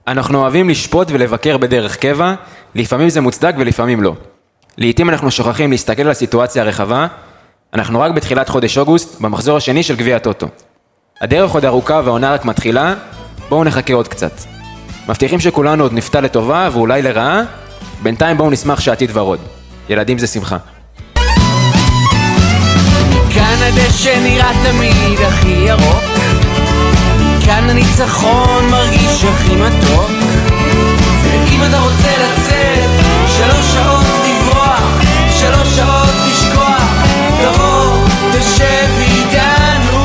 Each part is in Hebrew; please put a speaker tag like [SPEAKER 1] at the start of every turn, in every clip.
[SPEAKER 1] אנחנו אוהבים לשפוט ולבקר בדרך קבע, לפעמים זה מוצדק ולפעמים לא. לעתים אנחנו שוכחים להסתכל על הסיטואציה הרחבה, אנחנו רק בתחילת חודש אוגוסט, במחזור השני של גביע הטוטו. הדרך עוד ארוכה והעונה רק מתחילה, בואו נחכה עוד קצת. מבטיחים שכולנו עוד נפתע לטובה ואולי לרעה, בינתיים בואו נשמח שעתיד ורוד. ילדים זה שמחה.
[SPEAKER 2] כאן הדשא נראה תמיד הכי ירוק, כאן הניצחון מרגיש הכי מתוק, ואם אתה רוצה לצאת 3 שעות לברוח, 3 שעות לשכוח, תבוא תשב איתנו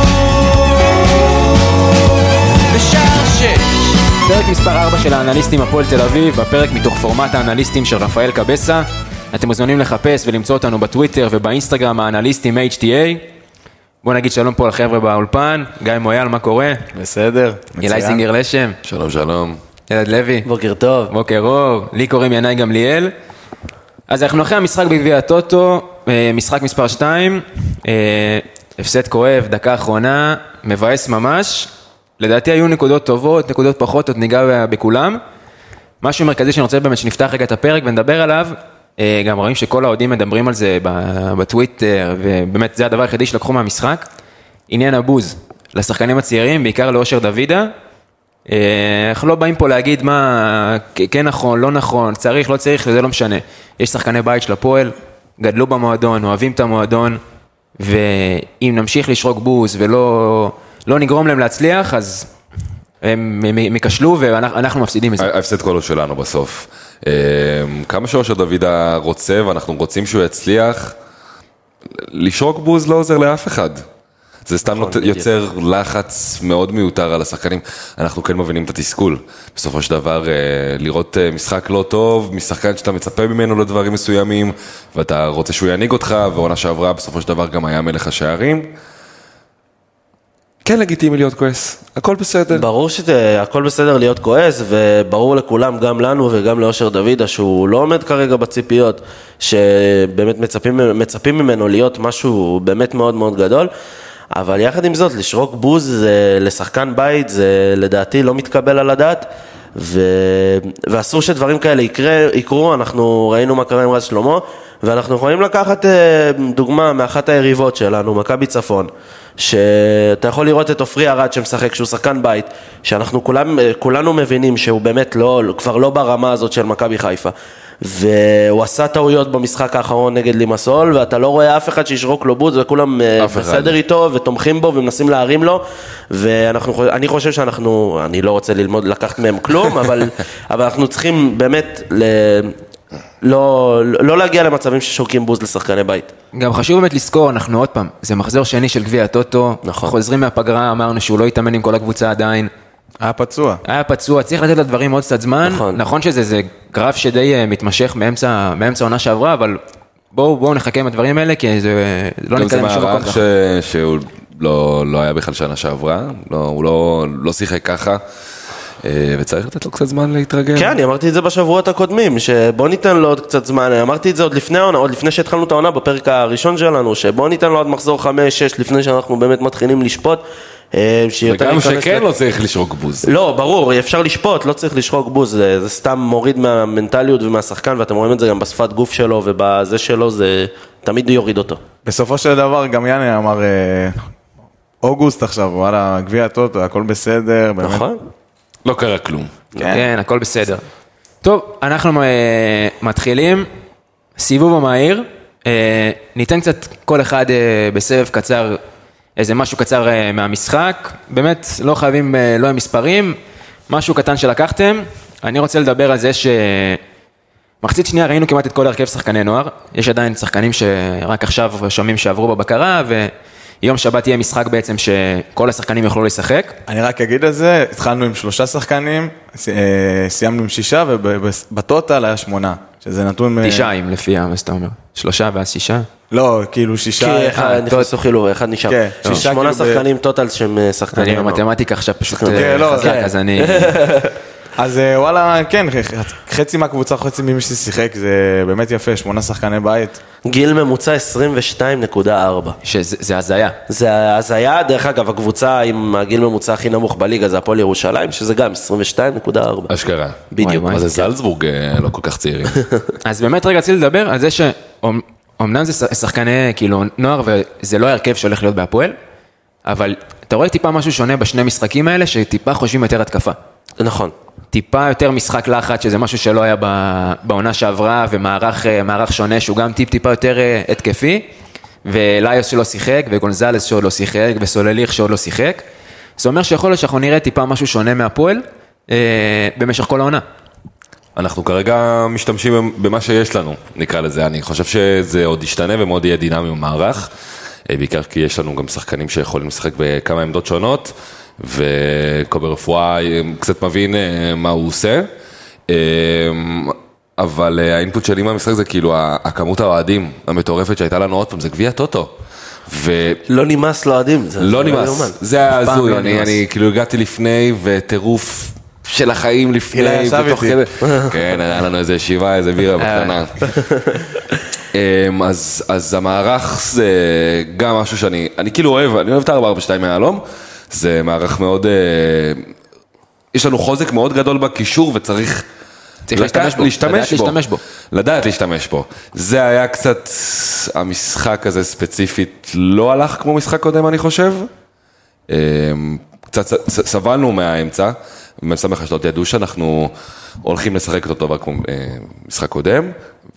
[SPEAKER 2] בשער 6.
[SPEAKER 1] פרק מספר 4 של האנליסטים הפועל תל אביב, הפרק מתוך פורמט האנליסטים של רפאל קבסה. אתם מוזמנים לחפש ולמצוא אותנו בטוויטר ובאינסטגרם האנליסטים HTA. בואו נגיד שלום פה לחבר'ה באולפן, גיא מויאל, מה קורה?
[SPEAKER 3] בסדר,
[SPEAKER 1] אילי זינגר לשם.
[SPEAKER 4] שלום שלום.
[SPEAKER 1] ילד לוי.
[SPEAKER 3] בוקר טוב.
[SPEAKER 1] בוקר אור, לי קוראים ינאי גמליאל. אז אנחנו אחרי המשחק בגביע הטוטו, משחק מספר 2, הפסד כואב, דקה אחרונה, מבאס ממש. לדעתי היו נקודות טובות, נקודות פחות, עוד ניגע בכולם. משהו מרכזי שאני רוצה באמת שנפתח רגע את הפרק ונדבר עליו, גם רואים שכל האוהדים מדברים על זה בטוויטר, ובאמת זה הדבר היחידי שלקחו מהמשחק, עניין הבוז לשחקנים הצעירים, בעיקר לאושר דוידה. אנחנו לא באים פה להגיד מה כן נכון, לא נכון, צריך, לא צריך, זה לא משנה. יש שחקני בית של הפועל, גדלו במועדון, אוהבים את המועדון, ואם נמשיך לשרוק בוז ולא נגרום להם להצליח, אז הם יקשלו ואנחנו מפסידים מזה.
[SPEAKER 4] ההפסד כולו שלנו בסוף. כמה שאושר דוידה רוצה, ואנחנו רוצים שהוא יצליח, לשרוק בוז לא עוזר לאף אחד. זה סתם יוצר לחץ מאוד מיותר על השחקנים. אנחנו כן מבינים את התסכול. בסופו של דבר, לראות משחק לא טוב, משחקן שאתה מצפה ממנו לדברים מסוימים, ואתה רוצה שהוא יעניג אותך, ועונה שעברה בסופו של דבר גם היה מלך השערים. כן לגיטימי להיות כועס, הכל בסדר.
[SPEAKER 3] ברור שהכל בסדר להיות כועס, וברור לכולם, גם לנו וגם לאושר דוידה, שהוא לא עומד כרגע בציפיות, שבאמת מצפים ממנו להיות משהו באמת מאוד מאוד גדול, אבל יחד עם זאת, לשרוק בוז לשחקן בית, זה לדעתי לא מתקבל על הדעת, ואסור שדברים כאלה יקרו. אנחנו ראינו מה קרה עם רז שלמה, ואנחנו יכולים לקחת דוגמה מאחת היריבות שלנו, מכבי צפון, שאתה יכול לראות את אופרי ארד שמשחק, שהוא שחקן בית, שאנחנו כולנו מבינים שהוא באמת כבר לא ברמה הזאת של מכבי חיפה, והוא עשה טעויות במשחק האחרון נגד לימסול, ואתה לא רואה אף אחד שישרוק לו בוז, וכולם בסדר איתו ותומכים בו ומנסים להרים לו, ואני חושב שאנחנו, אני לא רוצה ללמוד לקחת מהם כלום, אבל אנחנו צריכים באמת לא להגיע למצבים ששורקים בוז לשחקני בית.
[SPEAKER 1] גם חשוב באמת לזכור, אנחנו עוד פעם, זה מחזור שני של גביע הטוטו, חוזרים מהפגרה, אמרנו שהוא לא יתאמן עם כל הקבוצה עדיין. היה פצוע, צריך לתת לדברים עוד קצת זמן, נכון שזה גרף שדי מתמשך מאמצע העונה שעברה, אבל בואו נחכה עם הדברים האלה, כי זה לא נתקדם שום מקום.
[SPEAKER 4] זה מערך שהוא לא היה בכלל שנה שעברה, הוא לא שיחק ככה, וצריך לתת לו קצת זמן להתרגל.
[SPEAKER 3] כן, אני אמרתי את זה בשבועות הקודמים, שבוא ניתן לו עוד קצת זמן, אני אמרתי את זה עוד לפני העונה, עוד לפני שהתחלנו את העונה בפרק הראשון שלנו, שבוא ניתן לו עוד מחזור 5-6 לפני שאנחנו באמת מתחילים לשפוט,
[SPEAKER 4] וגם שכן לא צריך לשרוק בוז.
[SPEAKER 3] לא, ברור, אפשר לשפוט, לא צריך לשרוק בוז, זה סתם מוריד מהמנטליות ומהשחקן, ואתם רואים את זה גם בשפת גוף שלו, ובזה שלו זה תמיד יוריד אותו.
[SPEAKER 5] בסופו של דבר, גם יאני אמר, אוגוסט עכשיו, וואלה, גביע הטוטו, הכל בסדר.
[SPEAKER 3] נכון.
[SPEAKER 4] לא קרה כלום.
[SPEAKER 1] כן, הכל בסדר. טוב, אנחנו מתחילים, סיבוב המהיר, ניתן קצת כל אחד בסבב קצר, איזה משהו קצר מהמשחק, באמת לא חייבים, לא עם מספרים, משהו קטן שלקחתם. אני רוצה לדבר על זה שמחצית שנייה ראינו כמעט את כל הרכב שחקני נוער, יש עדיין שחקנים שרק עכשיו שומעים שעברו בבקרה, ויום שבת יהיה משחק בעצם שכל השחקנים יוכלו לשחק.
[SPEAKER 5] אני רק אגיד על זה, התחלנו עם 3 שחקנים, סיימנו עם 6, ובטוטל היה 8, שזה נתון...
[SPEAKER 1] 9 לפי מה שאתה אומר, 3 ואז 6?
[SPEAKER 5] לא, כאילו 6...
[SPEAKER 3] כי נכנסו חילוב, אחד נשאר. 8 שחקנים טוטל שהם שחקנים.
[SPEAKER 1] אני במתמטיקה עכשיו פשוט... אז אני...
[SPEAKER 5] אז וואלה, כן, חצי מהקבוצה, חצי ממי ששיחק, זה באמת יפה, 8 שחקני בית.
[SPEAKER 3] גיל ממוצע 22.4.
[SPEAKER 1] שזה הזיה.
[SPEAKER 3] זה הזיה, דרך אגב, הקבוצה עם הגיל ממוצע הכי נמוך בליגה זה הפועל ירושלים, שזה גם 22.4.
[SPEAKER 4] אשכרה.
[SPEAKER 3] בדיוק.
[SPEAKER 1] וואי,
[SPEAKER 4] מה זה זלצבורג לא כל כך צעירים.
[SPEAKER 1] אז באמת רגע רציתי לדבר על זה שאומנם זה שחקני כאילו נוער וזה לא ההרכב שהולך להיות בהפועל, אבל אתה רואה טיפה משהו שונה בשני משחקים האלה, שטיפה חושבים יותר התקפה.
[SPEAKER 3] נכון.
[SPEAKER 1] טיפה יותר משחק לחץ, שזה משהו שלא היה בעונה שעברה, ומערך שונה שהוא גם טיפה יותר התקפי, וליוס שלא שיחק, וגונזלס שעוד לא שיחק, וסולליך שעוד לא שיחק. זה אומר שיכול להיות שאנחנו נראה טיפה משהו שונה מהפועל, במשך כל העונה.
[SPEAKER 4] אנחנו כרגע משתמשים במה שיש לנו, נקרא לזה. אני חושב שזה עוד ישתנה ומאוד יהיה דינמי במערך, בעיקר כי יש לנו גם שחקנים שיכולים לשחק בכמה עמדות שונות, וקובר רפואה קצת מבין מה הוא עושה, אבל האינפוט שלי מהמשחק זה כאילו הכמות האוהדים המטורפת שהייתה לנו עוד פעם, זה גביע טוטו.
[SPEAKER 3] לא נמאס לאוהדים.
[SPEAKER 4] לא נמאס, זה היה הזוי, אני כאילו הגעתי לפני וטירוף של החיים לפני.
[SPEAKER 5] אילה ישב איתי.
[SPEAKER 4] כן, היה לנו איזה ישיבה, איזה בירה בקטנה. אז המערך זה גם משהו שאני כאילו אוהב, אני אוהב את ה-442 מהעלום, זה מערך מאוד, יש לנו חוזק מאוד גדול בקישור וצריך להשתמש בו. לדעת להשתמש בו. זה היה קצת, המשחק הזה ספציפית לא הלך כמו משחק קודם אני חושב, קצת סבלנו מהאמצע, מסמך השתות ידעו שאנחנו הולכים לשחק אותו דבר כמו משחק קודם,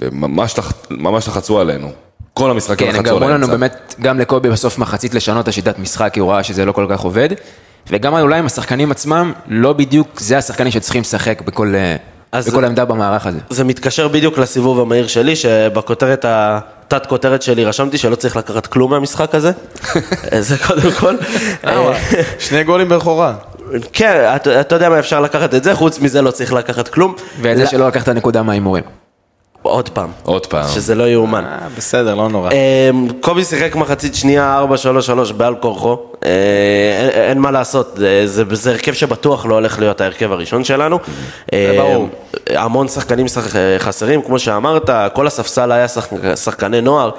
[SPEAKER 4] וממש לחצו עלינו. כל המשחקים לחצו
[SPEAKER 1] כן,
[SPEAKER 4] על האמצע.
[SPEAKER 1] גרמו לנו באמת, גם לקובי בסוף מחצית לשנות את השיטת משחק, כי הוא ראה שזה לא כל כך עובד, וגם אולי עם השחקנים עצמם, לא בדיוק זה השחקנים שצריכים לשחק בכל עמדה במערך הזה.
[SPEAKER 3] זה מתקשר בדיוק לסיבוב המהיר שלי, שבכותרת, התת כותרת שלי רשמתי שלא צריך לקחת כלום מהמשחק הזה. זה קודם כל.
[SPEAKER 5] 2 גולים ברחורה.
[SPEAKER 3] כן, אתה יודע מה אפשר לקחת את זה, חוץ מזה לא צריך לקחת כלום.
[SPEAKER 1] ואת זה שלא לקחת נקודה מההימורים.
[SPEAKER 3] עוד פעם.
[SPEAKER 4] עוד פעם.
[SPEAKER 3] שזה לא יאומן.
[SPEAKER 5] בסדר, לא נורא.
[SPEAKER 3] קובי שיחק מחצית שנייה 4-3-3 בעל כורחו, אין מה לעשות, זה הרכב שבטוח לא הולך להיות ההרכב הראשון שלנו.
[SPEAKER 5] ברור.
[SPEAKER 3] המון שחקנים חסרים, כמו שאמרת, כל הספסל היה שחקני נוער,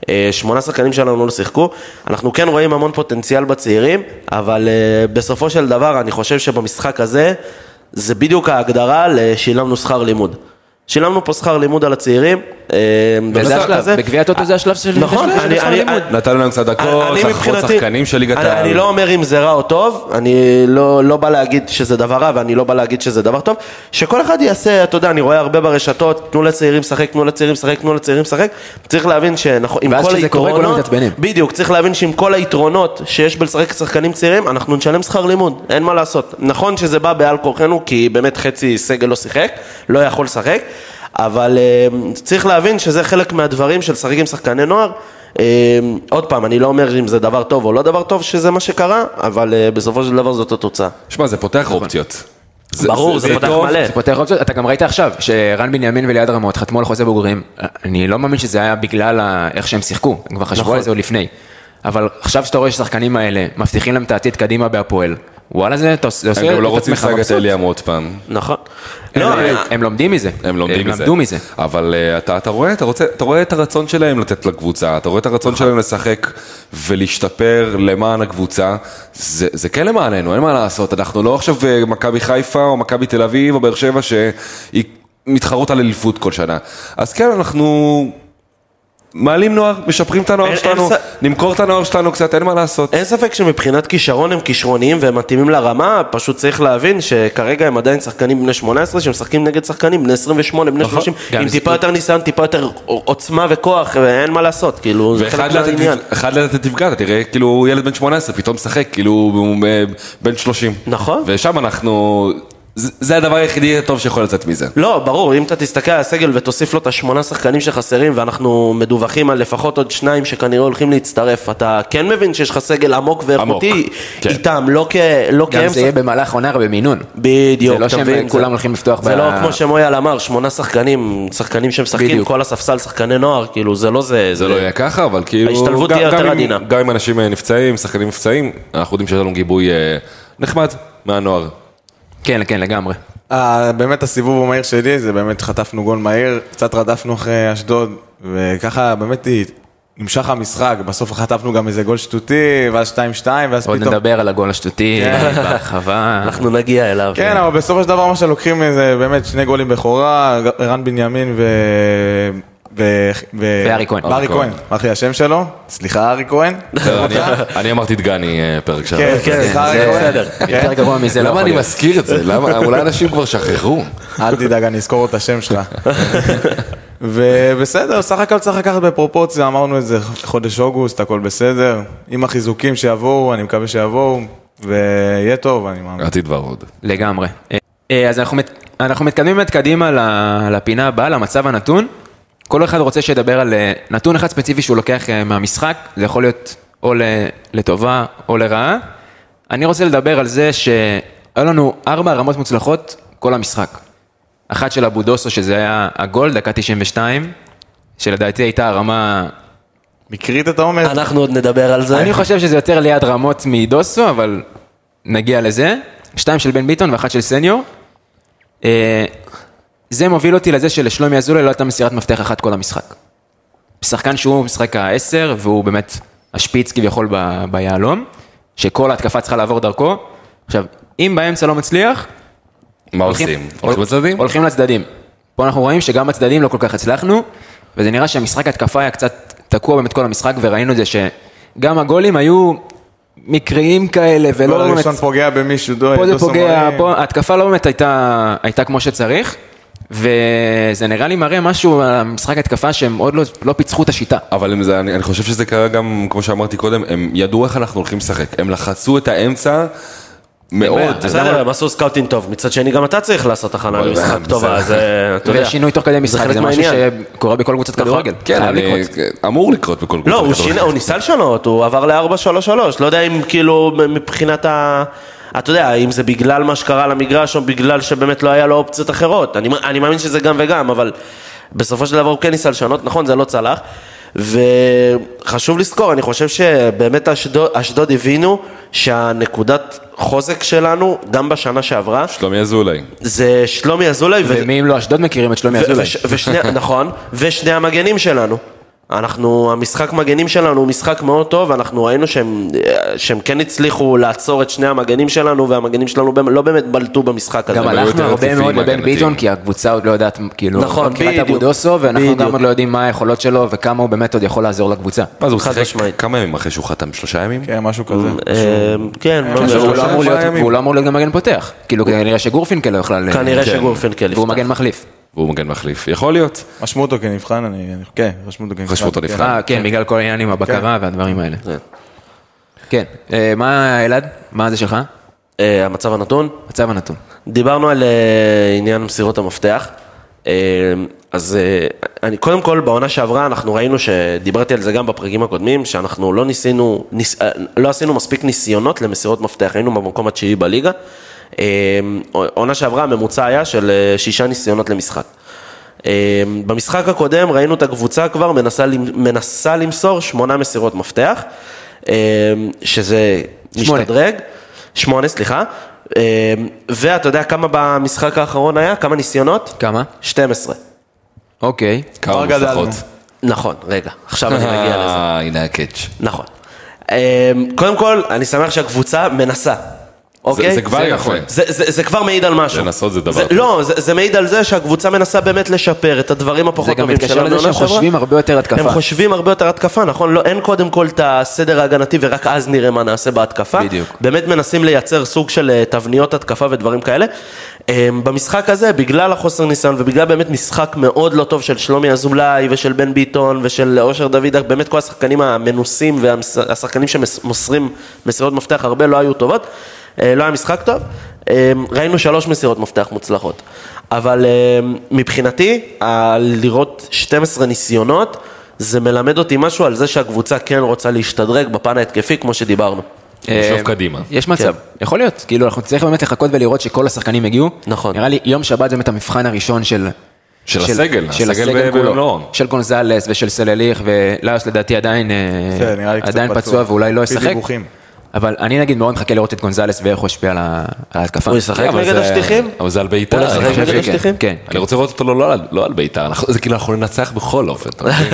[SPEAKER 3] 8 שחקנים שלנו לא שיחקו, אנחנו כן רואים המון פוטנציאל בצעירים, אבל בסופו של דבר אני חושב שבמשחק הזה, זה בדיוק ההגדרה לשילמנו שכר לימוד. שילמנו פה שכר לימוד על הצעירים.
[SPEAKER 1] וזה השלב, בגביע הטוטו זה השלב של לימוד.
[SPEAKER 4] נתנו להם צדקות, לקחו שחקנים של ליגת העל.
[SPEAKER 3] אני לא אומר אם זה רע או טוב, אני לא בא להגיד שזה דבר רע, ואני לא בא להגיד שזה דבר טוב, שכל אחד יעשה, אתה יודע, אני רואה הרבה ברשתות, תנו לצעירים שחק, תנו לצעירים שחק, תנו לצעירים שחק, צריך להבין שעם כל היתרונות, בדיוק, צריך להבין שעם כל היתרונות שיש בלשחק שחקנים צעירים, אנחנו נשלם שכר לימוד, אין מה לעשות. נכון שזה בא בעל כורחנו, כי באמת חצי סגל לא שיחק, לא יכול לשחק, אבל צריך להבין שזה חלק מהדברים של שחק עם שחקני נוער. עוד פעם, אני לא אומר אם זה דבר טוב או לא דבר טוב שזה מה שקרה, אבל בסופו של דבר זאת התוצאה.
[SPEAKER 4] שמע, זה פותח אופציות.
[SPEAKER 3] ברור, זה פותח מלא.
[SPEAKER 1] זה פותח אופציות, אתה גם ראית עכשיו, שרן בנימין וליעד רמות חתמו על חוזה בוגרים, אני לא מאמין שזה היה בגלל איך שהם שיחקו, הם כבר חשבו על זה עוד לפני. אבל עכשיו שאתה רואה ששחקנים האלה מבטיחים להם את העתיד קדימה בהפועל, וואלה זה, אתה עושה את עצמך מבסוט.
[SPEAKER 4] הם לא רוצים לשחק את אליאם עוד פעם.
[SPEAKER 3] נכון.
[SPEAKER 1] הם לומדים מזה.
[SPEAKER 4] הם למדו מזה. אבל אתה רואה את הרצון שלהם לתת לקבוצה, אתה רואה את הרצון שלהם לשחק ולהשתפר למען הקבוצה, זה כן למעננו, אין מה לעשות, אנחנו לא עכשיו מכבי חיפה או מכבי תל אביב או באר שבע שהיא מתחרות על אליפות כל שנה. אז כן, אנחנו מעלים נוער, משפרים את הנוער שלנו, נמכור את הנוער שלנו קצת, אין מה לעשות.
[SPEAKER 3] אין ספק שמבחינת כישרון הם כישרוניים והם מתאימים לרמה, פשוט צריך להבין שכרגע הם עדיין שחקנים בני 18 שמשחקים נגד שחקנים בני 28, בני 30, עם טיפה יותר ניסיון, טיפה יותר עוצמה וכוח, ואין מה לעשות, כאילו, זה חלק מהעניין.
[SPEAKER 4] אחד לדעת תפגע, אתה תראה, כאילו, ילד בן 18 פתאום משחק, כאילו, בן 30.
[SPEAKER 3] נכון.
[SPEAKER 4] ושם אנחנו זה הדבר היחידי הטוב שיכול לצאת מזה.
[SPEAKER 3] לא, ברור, אם אתה תסתכל על הסגל ותוסיף לו את 8 שחקנים שחסרים, ואנחנו מדווחים על לפחות עוד 2 שכנראה הולכים להצטרף, אתה כן מבין שיש לך סגל עמוק ואיכותי איתם, לא כאמצע.
[SPEAKER 1] גם זה יהיה במהלך עונה במינון.
[SPEAKER 3] בדיוק.
[SPEAKER 1] זה לא שהם כולם הולכים לפתוח.
[SPEAKER 3] זה לא כמו שמויאל אמר, 8 שחקנים שמשחקים, כל הספסל שחקני נוער, כאילו זה לא זה.
[SPEAKER 4] זה לא יהיה ככה, אבל כאילו...
[SPEAKER 3] ההשתלבות תהיה יותר עדינה.
[SPEAKER 4] גם אם אנשים נפצעים, שחקנים נפצעים, אנחנו יודעים שיש לנו גיבוי נחמד מהנוער.
[SPEAKER 1] כן, כן, לגמרי.
[SPEAKER 5] באמת הסיבוב המהיר שלי, זה באמת חטפנו גול מהיר, קצת רדפנו אחרי אשדוד, וככה באמת נמשך המשחק, בסוף חטפנו גם איזה גול שטותי, ואז 2-2, ואז פתאום...
[SPEAKER 1] עוד נדבר על הגול השטותי, בהרחבה.
[SPEAKER 3] אנחנו נגיע אליו.
[SPEAKER 5] כן, אבל בסופו של דבר מה שלוקחים זה באמת 2 גולים בכורה, רן בנימין
[SPEAKER 1] וארי כהן.
[SPEAKER 5] וארי כהן, מה אחי השם שלו? סליחה, ארי כהן.
[SPEAKER 4] אני אמרתי דגני פרק שם.
[SPEAKER 5] כן, סליחה, ארי כהן.
[SPEAKER 1] יותר גרוע מזה לא
[SPEAKER 4] למה
[SPEAKER 1] יכול
[SPEAKER 4] אני
[SPEAKER 1] להיות.
[SPEAKER 4] מזכיר את זה? אולי אנשים כבר שכחו.
[SPEAKER 5] אל תדאג, אני אזכור את השם שלך. ובסדר, סך הכל צריך לקחת בפרופורציה, אמרנו את זה חודש אוגוסט, הכל בסדר. עם החיזוקים שיבואו, אני מקווה שיבואו, ויהיה טוב, אני מאמין.
[SPEAKER 4] עתיד ורוד.
[SPEAKER 1] לגמרי. אז אנחנו מתקדמים באמת קדימה לפינה הבאה, למצב הנתון. כל אחד רוצה שידבר על נתון אחד ספציפי שהוא לוקח מהמשחק, זה יכול להיות או לטובה או לרעה. אני רוצה לדבר על זה שהיו לנו 4 רמות מוצלחות כל המשחק. אחת של אבו דוסו, שזה היה הגול, דקה 92, שלדעתי הייתה הרמה...
[SPEAKER 5] מקרית אתה אומר?
[SPEAKER 3] אנחנו עוד נדבר על זה.
[SPEAKER 1] אני חושב שזה יותר ליד רמות מדוסו, אבל נגיע לזה. 2 של בן ביטון ואחת של סניור. זה מוביל אותי לזה שלשלומי אזולאי לא הייתה מסירת מפתח אחת כל המשחק. שחקן שהוא משחק ה-10, והוא באמת השפיץ כביכול ביעלום, שכל ההתקפה צריכה לעבור דרכו. עכשיו, אם באמצע לא מצליח...
[SPEAKER 4] מה עושים? הולכים לצדדים?
[SPEAKER 1] הולכים לצדדים. פה אנחנו רואים שגם בצדדים לא כל כך הצלחנו, וזה נראה שהמשחק התקפה היה קצת תקוע באמת כל המשחק, וראינו את זה שגם הגולים היו מקריים כאלה, ולא
[SPEAKER 5] גול
[SPEAKER 1] באמת...
[SPEAKER 5] הראשון פוגע במישהו,
[SPEAKER 1] פה זה פוגע, פה ההתקפה לא באמת הייתה כמו שצריך, וזה נראה לי מראה משהו על המשחק התקפה שהם עוד לא פיצחו את השיטה.
[SPEAKER 4] אבל אני חושב שזה קרה גם, כמו שאמרתי קודם, הם ידעו איך אנחנו הולכים לשחק. הם לחצו את האמצע מאוד.
[SPEAKER 3] בסדר, הם עשו סקאוטינג טוב. מצד שני, גם אתה צריך לעשות הכנה למשחק טוב, אז אתה יודע.
[SPEAKER 1] ושינוי תוך כדי משחק, זה משהו שקורה בכל קבוצת כדורגל.
[SPEAKER 4] כן, אמור לקרות בכל
[SPEAKER 3] לא,
[SPEAKER 4] קבוצה.
[SPEAKER 3] הוא ניסה לשנות, הוא עבר ל-4-3-3. לא יודע אם כאילו מבחינת אתה יודע, אם זה בגלל מה שקרה למגרש, או בגלל שבאמת לא היה לו אופציות אחרות. אני מאמין שזה גם וגם, אבל בסופו של דבר הוא כן ניסה לשנות, נכון, זה לא צלח. וחשוב לזכור, אני חושב שבאמת אשדוד הבינו שהנקודת חוזק שלנו, גם בשנה שעברה,
[SPEAKER 4] שלומי אזולאי.
[SPEAKER 3] זה שלומי אזולאי.
[SPEAKER 1] ומי אם לא אשדוד מכירים את שלומי אזולאי.
[SPEAKER 3] נכון, ושני המגנים שלנו. המשחק מגנים שלנו הוא משחק מאוד טוב, אנחנו ראינו שהם כן הצליחו לעצור את שני המגנים שלנו, והמגנים שלנו לא באמת בלטו במשחק הזה.
[SPEAKER 1] גם הלכנו הרבה מאוד לבן ביטון, כי הקבוצה עוד לא יודעת, כאילו,
[SPEAKER 3] נכון,
[SPEAKER 1] לא מכירה את אבו דוסו, ואנחנו גם עוד לא יודעים מה היכולות שלו, וכמה הוא באמת עוד יכול לעזור לקבוצה.
[SPEAKER 4] אז הוא שיחק כמה ימים אחרי שהוא חתם? 3 ימים?
[SPEAKER 5] כן, משהו כזה.
[SPEAKER 3] כן,
[SPEAKER 1] והוא לא אמור להיות גם מגן פותח. כאילו, כנראה שגורפינקל לא יוכל...
[SPEAKER 3] כנראה שגורפינקל
[SPEAKER 1] והוא מגן מחליף.
[SPEAKER 4] והוא מגן מחליף. יכול להיות.
[SPEAKER 5] רשמו אותו כנבחן, כן, רשמו אותו כנבחן.
[SPEAKER 4] רשמו אותו נבחן.
[SPEAKER 1] כן, בגלל כל העניין עם הבקרה והדברים האלה. כן, מה אלעד? מה זה שלך?
[SPEAKER 3] המצב הנתון?
[SPEAKER 1] מצב הנתון.
[SPEAKER 3] דיברנו על עניין מסירות המפתח, אז קודם כל בעונה שעברה אנחנו ראינו שדיברתי על זה גם בפרקים הקודמים, שאנחנו לא עשינו מספיק ניסיונות למסירות מפתח, היינו במקום התשיעי בליגה, עונה שעברה הממוצע היה של 6 ניסיונות למשחק. במשחק הקודם ראינו את הקבוצה כבר מנסה למסור 8 מסירות מפתח, שזה משתדרג, 8 סליחה, ואתה יודע כמה במשחק האחרון היה? כמה ניסיונות?
[SPEAKER 1] כמה?
[SPEAKER 3] 12.
[SPEAKER 1] אוקיי.
[SPEAKER 4] כמה מוצלחות.
[SPEAKER 3] נכון, רגע, עכשיו אני מגיע לזה.
[SPEAKER 4] הנה הקאץ'.
[SPEAKER 3] נכון. קודם כל, אני שמח שהקבוצה מנסה.
[SPEAKER 4] זה כבר יפה.
[SPEAKER 3] זה כבר מעיד על משהו.
[SPEAKER 4] לנסות זה דבר טוב.
[SPEAKER 3] לא, זה מעיד על זה שהקבוצה מנסה באמת לשפר את הדברים הפחות טובים שלנו.
[SPEAKER 1] זה גם מתקשר לזה שהם חושבים הרבה יותר התקפה.
[SPEAKER 3] הם חושבים הרבה יותר התקפה, נכון? לא, אין קודם כל את הסדר ההגנתי ורק אז נראה מה נעשה בהתקפה.
[SPEAKER 1] בדיוק.
[SPEAKER 3] באמת מנסים לייצר סוג של תבניות התקפה ודברים כאלה. במשחק הזה, בגלל החוסר ניסיון ובגלל באמת משחק מאוד לא טוב של שלומי אזולאי ושל בן ביטון ושל אושר דוד, באמת כל השחקנים המנוסים והשחקנים שמוסרים מסירות מפתח הרבה לא היו טובות. לא היה משחק טוב, ראינו 3 מסירות מפתח מוצלחות, אבל מבחינתי, לראות 12 ניסיונות, זה מלמד אותי משהו על זה שהקבוצה כן רוצה להשתדרג בפן ההתקפי, כמו שדיברנו.
[SPEAKER 4] לשאוף קדימה.
[SPEAKER 1] יש מצב, יכול להיות, כאילו אנחנו צריכים באמת לחכות ולראות שכל השחקנים הגיעו.
[SPEAKER 3] נכון.
[SPEAKER 1] נראה לי יום שבת זה באמת המבחן הראשון של
[SPEAKER 4] הסגל במלואו.
[SPEAKER 1] של קונזלס ושל סלליך, ולאוס לדעתי עדיין פצוע ואולי לא ישחק. אבל אני נגיד מאוד מחכה לראות את גונזלס ואיך הוא השפיע על ההתקפה.
[SPEAKER 3] הוא ישחק נגד השטיחים?
[SPEAKER 4] אבל זה על בית"ר.
[SPEAKER 3] הוא ישחק נגד השטיחים?
[SPEAKER 1] כן.
[SPEAKER 4] אני רוצה לראות אותו לא על בית"ר, זה כאילו אנחנו ננצח בכל אופן.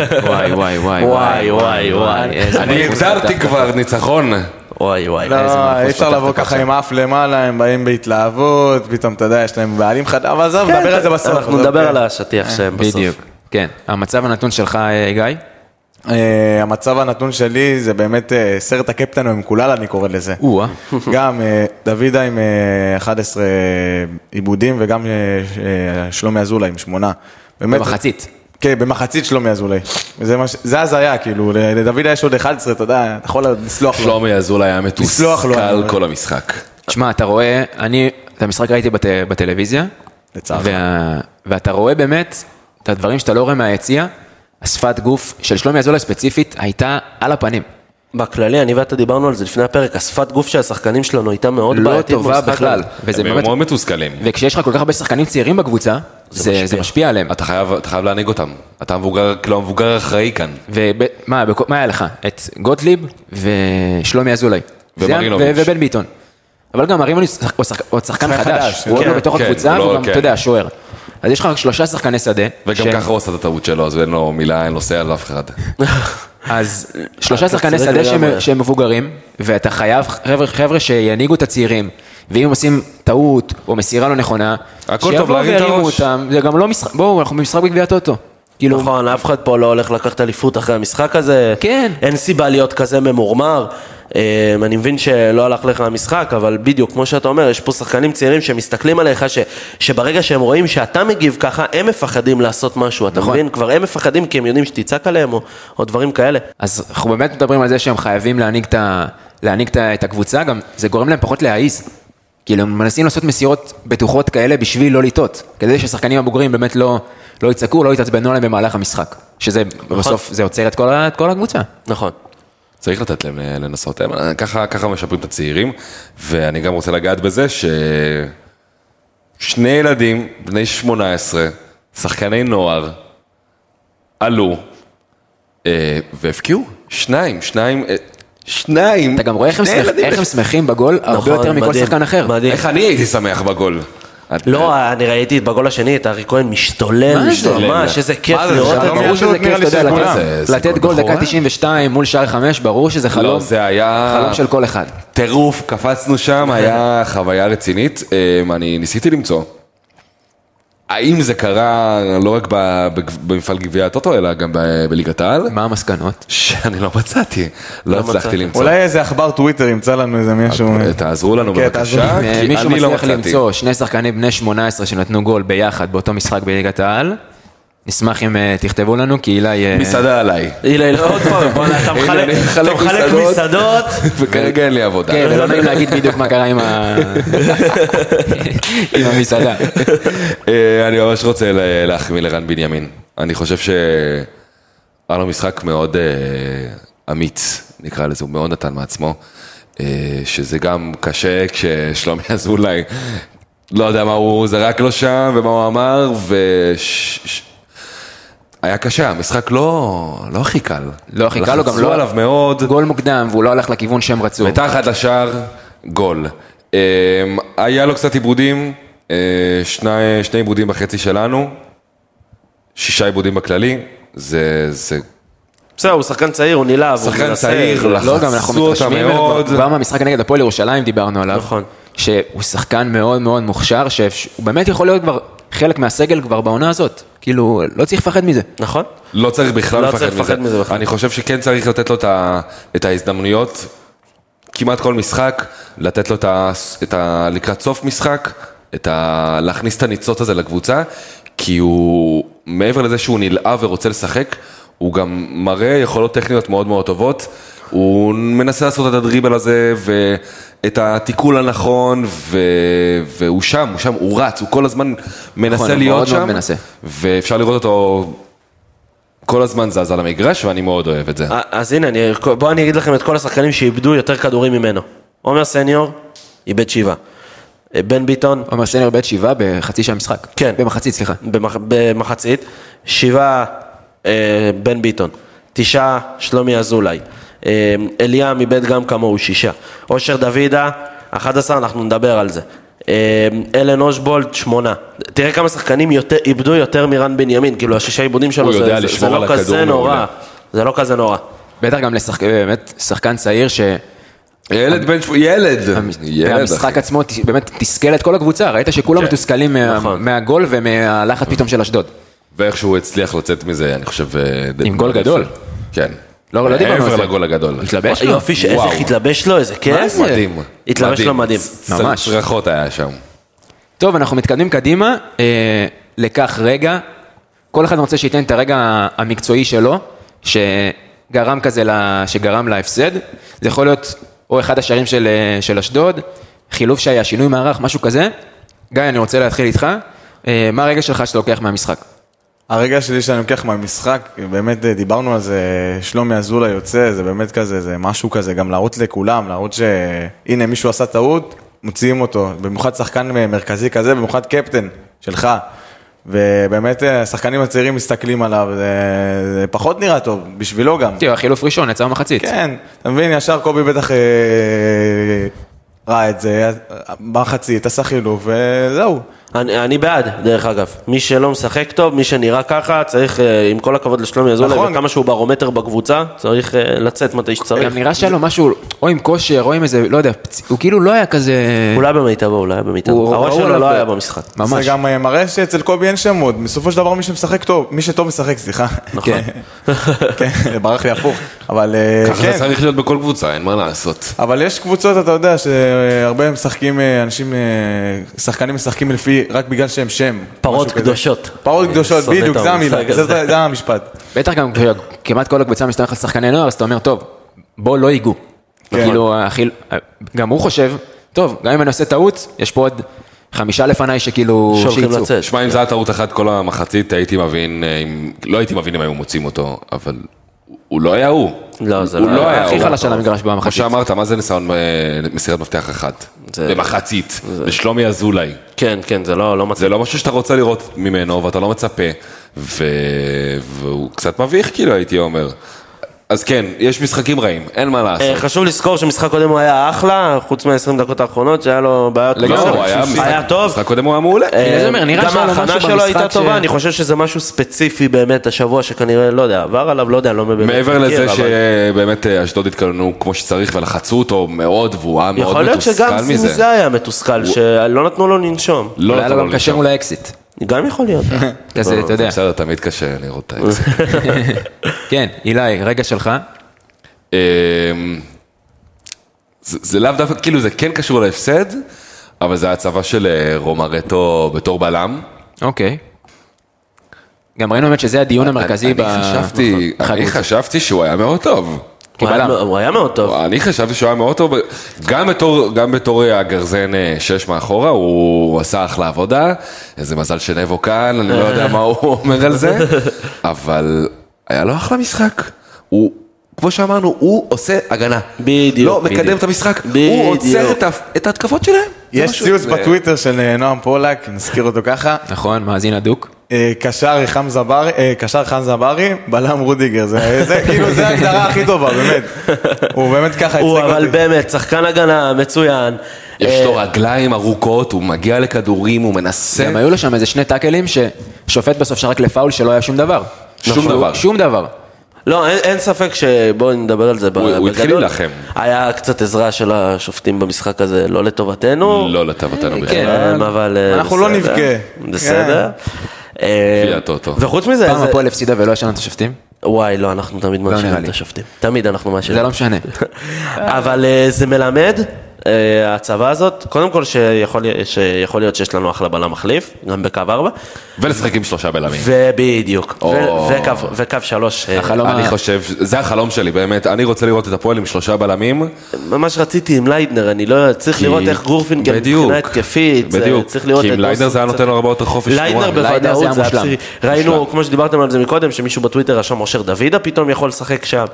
[SPEAKER 1] וואי.
[SPEAKER 4] אני הגדרתי כבר ניצחון.
[SPEAKER 3] וואי.
[SPEAKER 5] לא, אי אפשר לבוא ככה עם אף למעלה, הם באים בהתלהבות, פתאום אתה יודע, יש להם בעלים חד... אבל עזוב, נדבר על זה בסוף.
[SPEAKER 3] אנחנו נדבר על השטיח שהם בסוף.
[SPEAKER 1] בדיוק. כן. המצב הנתון שלך, גיא?
[SPEAKER 5] המצב הנתון שלי זה באמת סרט הקפטן ומקולל, אני קורא לזה. גם דוידה עם 11 עיבודים וגם שלומי אזולאי עם 8.
[SPEAKER 1] במחצית.
[SPEAKER 5] כן, במחצית שלומי אזולאי. זה הזיה, כאילו, לדוידה יש עוד 11, אתה יודע, אתה יכול לסלוח לו.
[SPEAKER 4] שלומי אזולאי היה מתוסכל כל המשחק.
[SPEAKER 1] תשמע, אתה רואה, את המשחק ראיתי בטלוויזיה, ואתה רואה באמת את הדברים שאתה לא רואה מהיציאה, השפת גוף של שלומי אזולאי ספציפית הייתה על הפנים.
[SPEAKER 3] בכללי, אני ואתה דיברנו על זה לפני הפרק, השפת גוף של השחקנים שלנו הייתה מאוד
[SPEAKER 1] לא
[SPEAKER 3] בעייתית.
[SPEAKER 1] טובה בכלל.
[SPEAKER 4] הם מאוד מתוסכלים.
[SPEAKER 1] וכשיש לך כל כך הרבה שחקנים צעירים בקבוצה, זה משפיע עליהם.
[SPEAKER 4] אתה חייב להנהיג אותם. אתה המבוגר האחראי כאן.
[SPEAKER 1] ומה היה לך? את גוטליב ושלומי אזולאי.
[SPEAKER 4] ומרינוביץ'.
[SPEAKER 1] ובן ביטון. אבל גם מרינוביץ' הוא שחקן חדש. הוא עוד לא בתוך הקבוצה, והוא גם, אתה יודע, שוער. אז יש לך 3 שחקני שדה.
[SPEAKER 4] וגם ככה הוא עושה את הטעות שלו, אז אין לו מילה, אין לו סייל לאף אחד.
[SPEAKER 1] אז 3 שחקני שדה שהם מבוגרים, ואתה חייב חבר'ה שינהיגו את הצעירים, ואם הם עושים טעות או מסירה לא נכונה,
[SPEAKER 4] שיבואו וירימו אותם.
[SPEAKER 1] זה גם לא משחק, בואו, אנחנו במשחק בגביע הטוטו.
[SPEAKER 3] נכון, אף אחד פה לא הולך לקחת אליפות אחרי המשחק הזה.
[SPEAKER 1] כן.
[SPEAKER 3] אין סיבה להיות כזה ממורמר. אני מבין שלא הלך לך המשחק, אבל בדיוק, כמו שאתה אומר, יש פה שחקנים צעירים שמסתכלים עליך, שברגע שהם רואים שאתה מגיב ככה, הם מפחדים לעשות משהו, אתה מבין? כבר הם מפחדים כי הם יודעים שתצעק עליהם, או דברים כאלה.
[SPEAKER 1] אז אנחנו באמת מדברים על זה שהם חייבים להנהיג את הקבוצה, גם זה גורם להם פחות להעיז. כאילו, הם מנסים לעשות מסירות בטוחות כאלה בשביל לא לטעות, כדי ששחקנים הבוגרים באמת לא יצעקו, לא יתעצבנו עליהם במהלך המשחק. שזה בסוף, זה עוצר את כל הקבוצה.
[SPEAKER 3] נכון.
[SPEAKER 4] צריך לתת להם לנסות, ככה משפרים את הצעירים, ואני גם רוצה לגעת בזה ששני ילדים, בני 18, שחקני נוער, עלו, והפקיעו, שניים.
[SPEAKER 1] אתה גם רואה איך הם שמחים בגול הרבה יותר מכל שחקן אחר.
[SPEAKER 4] איך אני הייתי שמח בגול?
[SPEAKER 3] לא, אני ראיתי בגול השני, את ארי כהן משתולל, ממש, איזה כיף לראות את זה.
[SPEAKER 1] ברור שזה כיף, אתה יודע, לתת גול דקה 92 מול שער 5, ברור שזה חלום, חלום של כל אחד.
[SPEAKER 4] טירוף, קפצנו שם, היה חוויה רצינית, אני ניסיתי למצוא. האם זה קרה לא רק במפעל גביע הטוטו, אלא גם בליגת העל?
[SPEAKER 1] מה המסקנות?
[SPEAKER 4] שאני לא מצאתי, לא הצלחתי למצוא.
[SPEAKER 5] אולי איזה אכבר טוויטר ימצא לנו איזה מישהו.
[SPEAKER 4] תעזרו לנו בבקשה, כי
[SPEAKER 1] מישהו
[SPEAKER 4] אני לא
[SPEAKER 1] מצליח
[SPEAKER 4] מצאתי.
[SPEAKER 1] למצוא 2 שחקנים בני 18 שנתנו גול ביחד באותו משחק בליגת העל. נשמח אם תכתבו לנו, כי אילי...
[SPEAKER 4] מסעדה עליי.
[SPEAKER 3] אילי, עוד פעם, אתה מחלק מסעדות.
[SPEAKER 4] וכרגע אין לי עבודה.
[SPEAKER 1] כן, ולא נעים להגיד בדיוק מה קרה עם המסעדה.
[SPEAKER 4] אני ממש רוצה להחמיא לרן בנימין. אני חושב שהיה לו משחק מאוד אמיץ, נקרא לזה, הוא מאוד נתן מעצמו, שזה גם קשה כששלומי אזולאי לא יודע מה הוא זרק לו שם ומה הוא אמר, היה קשה, המשחק לא הכי קל.
[SPEAKER 1] לא הכי קל, הוא גם
[SPEAKER 4] לחצו עליו מאוד.
[SPEAKER 1] גול מוקדם, והוא לא הלך לכיוון שהם רצו.
[SPEAKER 4] מתחת לשער, גול. היה לו קצת עיבודים, 2 עיבודים בחצי שלנו, 6 עיבודים בכללי, זה...
[SPEAKER 3] בסדר, הוא שחקן צעיר, הוא נילב, הוא
[SPEAKER 4] שחקן
[SPEAKER 3] מנסה.
[SPEAKER 4] צעיר,
[SPEAKER 1] לא, גם אנחנו
[SPEAKER 4] לחצו אותה
[SPEAKER 1] מתרשמים,
[SPEAKER 4] מאוד.
[SPEAKER 1] כבר מהמשחק נגד הפועל ירושלים דיברנו עליו.
[SPEAKER 3] נכון.
[SPEAKER 1] שהוא שחקן מאוד מאוד מוכשר, שהוא באמת יכול להיות כבר חלק מהסגל כבר בעונה הזאת. כאילו, לא צריך לפחד מזה.
[SPEAKER 3] נכון.
[SPEAKER 4] לא צריך בכלל
[SPEAKER 3] לא
[SPEAKER 4] לפחד
[SPEAKER 3] צריך לפחד מזה בכלל.
[SPEAKER 4] אני חושב שכן צריך לתת לו את ההזדמנויות, כמעט כל משחק, לתת לו לקראת סוף משחק, להכניס את הניצוץ הזה לקבוצה, כי הוא, מעבר לזה שהוא נלאה ורוצה לשחק, הוא גם מראה יכולות טכניות מאוד מאוד טובות, הוא מנסה לעשות את הדריבל הזה, ואת התיקול הנכון, והוא שם, הוא רץ, הוא כל הזמן מנסה להיות שם, ואפשר לראות אותו כל הזמן זז על המגרש, ואני מאוד אוהב את זה.
[SPEAKER 3] אז הנה, בואו אני אגיד לכם את כל השחקנים שאיבדו יותר כדורים ממנו. עומר סניור, איבד 7. בן ביטון.
[SPEAKER 1] עומר סניור איבד 7 בחצי שעה משחק.
[SPEAKER 3] כן.
[SPEAKER 1] במחצית, סליחה.
[SPEAKER 3] במחצית. 7 בן ביטון. 9 שלומי אזולאי. אליאם איבד גם כמוהו 6. אושר דוידה, 11, אנחנו נדבר על זה. אלן אושבולד 8. תראה כמה שחקנים איבדו יותר מרן בנימין, כאילו 6 עיבודים שלו, זה לא כזה נורא. זה לא כזה נורא.
[SPEAKER 1] בטח גם באמת שחקן צעיר ש...
[SPEAKER 4] ילד בן ילד.
[SPEAKER 1] המשחק עצמו באמת תסכל את כל הקבוצה, ראית שכולם מתוסכלים מהגול ומהלחץ פתאום של אשדוד.
[SPEAKER 4] ואיך שהוא הצליח לצאת מזה, אני חושב...
[SPEAKER 1] עם גול גדול.
[SPEAKER 4] כן.
[SPEAKER 1] לא דיברנו על זה.
[SPEAKER 4] מעבר לגול הגדול.
[SPEAKER 1] התלבש לו?
[SPEAKER 3] יופי, איך התלבש לו, איזה כיף.
[SPEAKER 4] מדהים.
[SPEAKER 3] התלבש לו מדהים.
[SPEAKER 1] ממש.
[SPEAKER 4] צרחות היה שם.
[SPEAKER 1] טוב, אנחנו מתקדמים קדימה, לקח רגע, כל אחד רוצה שייתן את הרגע המקצועי שלו, שגרם להפסד, זה יכול להיות או אחד השערים של אשדוד, חילוף שהיה, שינוי מערך, משהו כזה. גיא, אני רוצה להתחיל איתך, מה הרגע שלך שאתה לוקח מהמשחק?
[SPEAKER 5] הרגע שלי שאני לוקח מהמשחק, באמת דיברנו על זה, שלומי אזולאי יוצא, זה באמת כזה, זה משהו כזה, גם להראות לכולם, להראות שהנה מישהו עשה טעות, מוציאים אותו, במיוחד שחקן מרכזי כזה, במיוחד קפטן שלך, ובאמת השחקנים הצעירים מסתכלים עליו, זה פחות נראה טוב, בשבילו גם.
[SPEAKER 1] תראו, החילוף ראשון, יצא מחצית.
[SPEAKER 5] כן, אתה מבין, ישר קובי בטח ראה את זה, מחצית, עשה חילוף, וזהו.
[SPEAKER 3] אני בעד, דרך אגב. מי שלא משחק טוב, מי שנראה ככה, צריך, עם כל הכבוד לשלומי אזולאי, וכמה שהוא ברומטר בקבוצה, צריך לצאת מתי שצריך.
[SPEAKER 1] גם נראה שהיה לו משהו, או עם כושר, או עם איזה, לא יודע, הוא כאילו לא היה כזה...
[SPEAKER 3] אולי במיטבו. הראש שלו לא היה במשחק.
[SPEAKER 1] ממש.
[SPEAKER 5] זה גם מראה שאצל קובי אין שמות, בסופו של דבר מי שמשחק טוב, מי שטוב משחק, סליחה.
[SPEAKER 3] נכון.
[SPEAKER 5] כן, ברח לי הפוך. אבל
[SPEAKER 4] ככה זה צריך להיות בכל קבוצה, אין מה לעשות.
[SPEAKER 5] אבל יש קבוצות, אתה יודע, שהרבה משחקים, אנשים, שחקנים משחקים לפי, רק בגלל שהם שם.
[SPEAKER 3] פרות קדושות.
[SPEAKER 5] פרות קדושות, בדיוק, זה המילה, זה המשפט.
[SPEAKER 1] בטח גם כמעט כל הקבוצה מסתמך על שחקני נוער, אז אתה אומר, טוב, בוא לא ייגעו. כאילו, גם הוא חושב, טוב, גם אם אני עושה טעות, יש פה עוד 5 לפניי שכאילו שיצאו.
[SPEAKER 4] שמע, אם זה היה טעות אחת כל המחצית, הייתי מבין, לא הייתי מבין אם היו מוצאים אותו, אבל הוא לא היה הוא.
[SPEAKER 3] לא, זה
[SPEAKER 1] הוא
[SPEAKER 3] לא היה.
[SPEAKER 1] הכי חלש על המגרש במחצית.
[SPEAKER 4] כמו שאמרת, מה זה ניסיון מסירת מפתח אחת? במחצית, לשלומי אזולאי.
[SPEAKER 3] כן, זה לא מצא.
[SPEAKER 4] זה לא משהו שאתה רוצה לראות ממנו, ואתה לא מצפה, והוא קצת מביך, כאילו, הייתי אומר. אז כן, יש משחקים רעים, אין מה לעשות.
[SPEAKER 3] חשוב לזכור שמשחק קודם הוא היה אחלה, חוץ מה-20 דקות האחרונות, שהיה לו בעיות.
[SPEAKER 4] לא,
[SPEAKER 3] היה טוב.
[SPEAKER 4] משחק קודם הוא היה מעולה.
[SPEAKER 3] גם ההכנה שלו הייתה טובה, אני חושב שזה משהו ספציפי באמת השבוע, שכנראה, לא יודע, עבר עליו, לא יודע, לא באמת.
[SPEAKER 4] מעבר לזה שבאמת אשדוד התכוננו כמו שצריך, ולחצו אותו מאוד, והוא היה מאוד מתוסכל מזה.
[SPEAKER 3] יכול להיות שגם זה היה מתוסכל, שלא נתנו לו לנשום.
[SPEAKER 1] לא היה לו גם קשה מול האקסיט.
[SPEAKER 3] גם יכול להיות.
[SPEAKER 1] כזה, אתה יודע.
[SPEAKER 4] בסדר, תמיד קשה לראות את האקסיט.
[SPEAKER 1] כן, אילי, רגע שלך.
[SPEAKER 4] זה לאו דווקא, כאילו זה כן קשור להפסד, אבל זה הצבה של רומרטו בתור בלם.
[SPEAKER 1] אוקיי. גם ראינו באמת שזה הדיון המרכזי
[SPEAKER 4] אני חשבתי שהוא היה מאוד טוב.
[SPEAKER 3] הוא היה מאוד טוב.
[SPEAKER 4] אני חשבתי שהוא היה מאוד טוב, גם בתור הגרזן 6 מאחורה, הוא עשה אחלה עבודה, איזה מזל שנבו כאן, אני לא יודע מה הוא אומר על זה, אבל היה לו אחלה משחק. הוא, כמו שאמרנו, הוא עושה הגנה.
[SPEAKER 3] בדיוק.
[SPEAKER 4] לא מקדם את המשחק, הוא עוצר את ההתקפות שלהם.
[SPEAKER 5] יש ציוץ בטוויטר של נועם פולק, נזכיר אותו ככה.
[SPEAKER 1] נכון, מאזין הדוק.
[SPEAKER 5] קשר חן זברי, בלם רודיגר, זה כאילו, זה ההגדרה הכי טובה, באמת. הוא באמת ככה
[SPEAKER 3] הוא אבל באמת, שחקן הגנה מצוין.
[SPEAKER 4] יש לו רגליים ארוכות, הוא מגיע לכדורים, הוא מנסה.
[SPEAKER 1] גם היו לו שם איזה 2 טאקלים ששופט בסוף שרק לפאול שלא היה שום דבר. שום דבר.
[SPEAKER 3] לא, אין ספק שבואו נדבר על זה בגדול.
[SPEAKER 4] הוא התחיל להילחם.
[SPEAKER 3] היה קצת עזרה של השופטים במשחק הזה, לא לטובתנו.
[SPEAKER 4] לא לטובתנו בכלל.
[SPEAKER 3] אבל
[SPEAKER 5] אנחנו לא נפגע.
[SPEAKER 3] בסדר. וחוץ מזה...
[SPEAKER 1] פעם הפועל הפסידה ולא ישנו את השופטים?
[SPEAKER 3] וואי, לא, אנחנו תמיד מאשימים את השופטים. תמיד אנחנו מאשימים.
[SPEAKER 1] זה לא משנה.
[SPEAKER 3] אבל זה מלמד, הצבא הזאת, קודם כל שיכול להיות שיש לנו אחלה בלם מחליף, גם בקו 4.
[SPEAKER 4] ולשחק עם 3 בלמים.
[SPEAKER 3] ובדיוק. וקו 3.
[SPEAKER 4] אני חושב, זה החלום שלי, באמת. אני רוצה לראות את הפועל עם 3 בלמים.
[SPEAKER 3] ממש רציתי עם ליידנר, אני לא צריך לראות איך גורפינגל מבחינה התקפית.
[SPEAKER 4] בדיוק. כי עם ליידנר זה היה נותן לו הרבה יותר חופש.
[SPEAKER 3] ליידנר בוודאות זה הבסיסי. ראינו, כמו שדיברתם על זה מקודם, שמישהו בטוויטר רשם אושר דוידה פתאום יכול לשחק שם.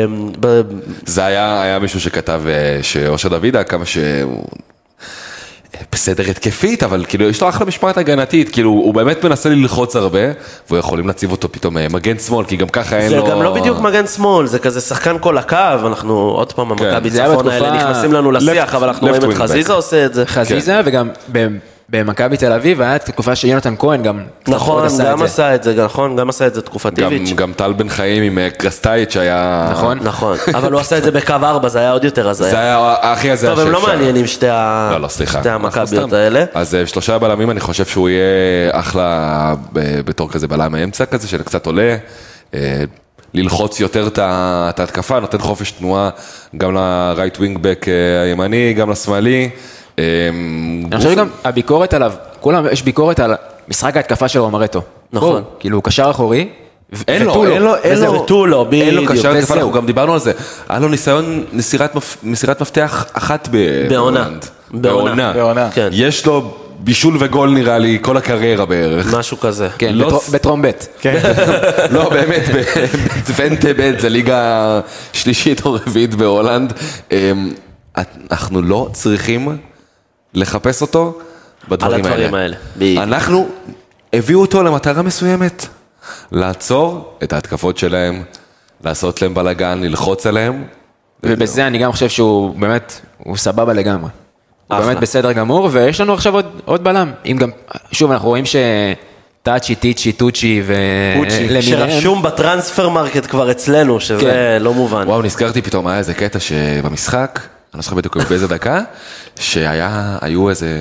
[SPEAKER 4] זה היה מישהו שכתב שאושר דוידה, כמה שהוא בסדר התקפית, אבל כאילו יש לו אחלה משמעת הגנתית, כאילו הוא באמת מנסה ללחוץ הרבה, והוא יכולים להציב אותו פתאום מגן שמאל, כי גם ככה אין לו...
[SPEAKER 3] זה גם לא בדיוק מגן שמאל, זה כזה שחקן כל הקו, אנחנו עוד פעם, המכבי צפון האלה נכנסים לנו לשיח, אבל אנחנו רואים את חזיזה עושה את זה.
[SPEAKER 1] חזיזה וגם במכבי תל אביב, היה תקופה שיונתן כהן גם...
[SPEAKER 3] נכון, גם עשה את זה, נכון, גם עשה את זה תקופת איביץ'.
[SPEAKER 4] גם טל בן חיים עם קרסטייץ' שהיה...
[SPEAKER 3] נכון, אבל הוא עשה את זה בקו 4, זה היה עוד יותר הזיה.
[SPEAKER 4] זה היה הכי הזיה
[SPEAKER 3] טוב, הם לא מעניינים שתי המכביות האלה.
[SPEAKER 4] אז 3 בלמים, אני חושב שהוא יהיה אחלה בתור כזה בלם האמצע כזה, שקצת עולה, ללחוץ יותר את ההתקפה, נותן חופש תנועה גם לרייט ווינג בק הימני, גם לשמאלי.
[SPEAKER 1] אני חושב שגם הביקורת עליו, כולם יש ביקורת על משחק ההתקפה של רומרטו.
[SPEAKER 3] נכון.
[SPEAKER 1] כאילו הוא קשר אחורי,
[SPEAKER 4] אין לו קשר התקפה, אנחנו גם דיברנו על זה. היה לו ניסיון מסירת מפתח אחת בעונה. יש לו בישול וגול נראה לי כל הקריירה בערך.
[SPEAKER 3] משהו כזה.
[SPEAKER 1] כן, בטרומבט.
[SPEAKER 4] לא, באמת, בטוונטה-בט, זה ליגה שלישית או רביעית בהולנד. אנחנו לא צריכים לחפש אותו בדברים האלה. אנחנו הביאו אותו למטרה מסוימת, לעצור את ההתקפות שלהם, לעשות להם בלגן, ללחוץ עליהם.
[SPEAKER 1] ובזה אני גם חושב שהוא באמת, הוא סבבה לגמרי. הוא באמת בסדר גמור, ויש לנו עכשיו עוד בלם. אם גם, שוב, אנחנו רואים טאצ'י, טיצ'י, טוצ'י ולמיניהם.
[SPEAKER 3] שרשום בטרנספר מרקט כבר אצלנו, שזה לא מובן.
[SPEAKER 4] וואו, נזכרתי פתאום, היה איזה קטע שבמשחק, אני לא זוכר בדיוק באיזה דקה, שהיו איזה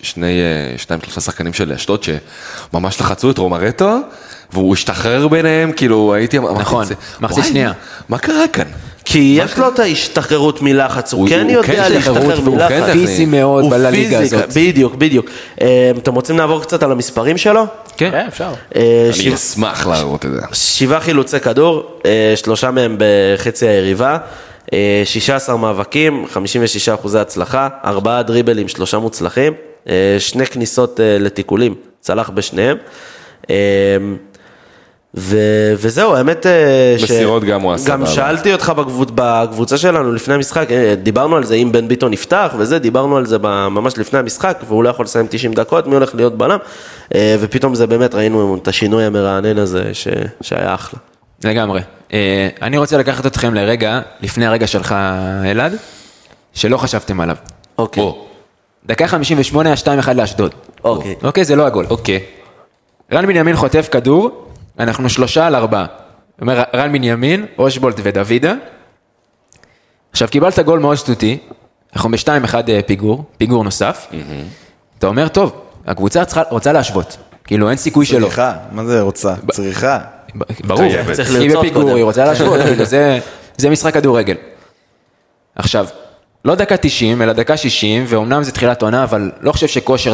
[SPEAKER 4] 2-3 שחקנים של אשדוד שממש לחצו את רומרטו, והוא השתחרר ביניהם, כאילו הייתי...
[SPEAKER 1] נכון, מחצית שנייה.
[SPEAKER 4] מה קרה כאן?
[SPEAKER 3] כי יש לו את ההשתחררות מלחץ, הוא כן יודע להשתחרר מלחץ.
[SPEAKER 1] הוא פיזי מאוד בליגה הזאת.
[SPEAKER 3] בדיוק. אתם רוצים לעבור קצת על המספרים שלו?
[SPEAKER 1] כן, אפשר.
[SPEAKER 4] אני אשמח להראות את זה.
[SPEAKER 3] 7 חילוצי כדור, 3 מהם בחצי היריבה, 16 מאבקים, 56% הצלחה, 4 דריבלים, 3 מוצלחים, 2 כניסות לתיקולים, צלח בשניהם. וזהו, האמת
[SPEAKER 4] מסירות גם הוא עשה.
[SPEAKER 3] גם שאלתי אותך בקבוצה שלנו לפני המשחק, דיברנו על זה, אם בן ביטון נפתח וזה, דיברנו על זה ממש לפני המשחק, והוא לא יכול לסיים 90 דקות, מי הולך להיות בלם, ופתאום זה באמת, ראינו את השינוי המרענן הזה, שהיה אחלה.
[SPEAKER 1] לגמרי. אני רוצה לקחת אתכם לרגע, לפני הרגע שלך, אלעד, שלא חשבתם עליו.
[SPEAKER 3] אוקיי.
[SPEAKER 1] דקה 58, 2-1 לאשדוד. אוקיי, זה לא הגול.
[SPEAKER 4] אוקיי.
[SPEAKER 1] רן בנימין חוטף כדור, אנחנו 3-4. אומר, רן בנימין, אושבולט ודוידה. עכשיו, קיבלת גול מאוד שטותי, אנחנו ב-2-1 פיגור נוסף. אתה אומר, טוב, הקבוצה רוצה להשוות. כאילו, אין סיכוי שלא.
[SPEAKER 5] צריכה, מה זה רוצה? צריכה.
[SPEAKER 1] ברור, היא בפיגור, היא רוצה להשוות, כאילו, זה משחק כדורגל. עכשיו, לא דקה 90, אלא דקה 60, ואומנם זה תחילת עונה, אבל לא חושב שכושר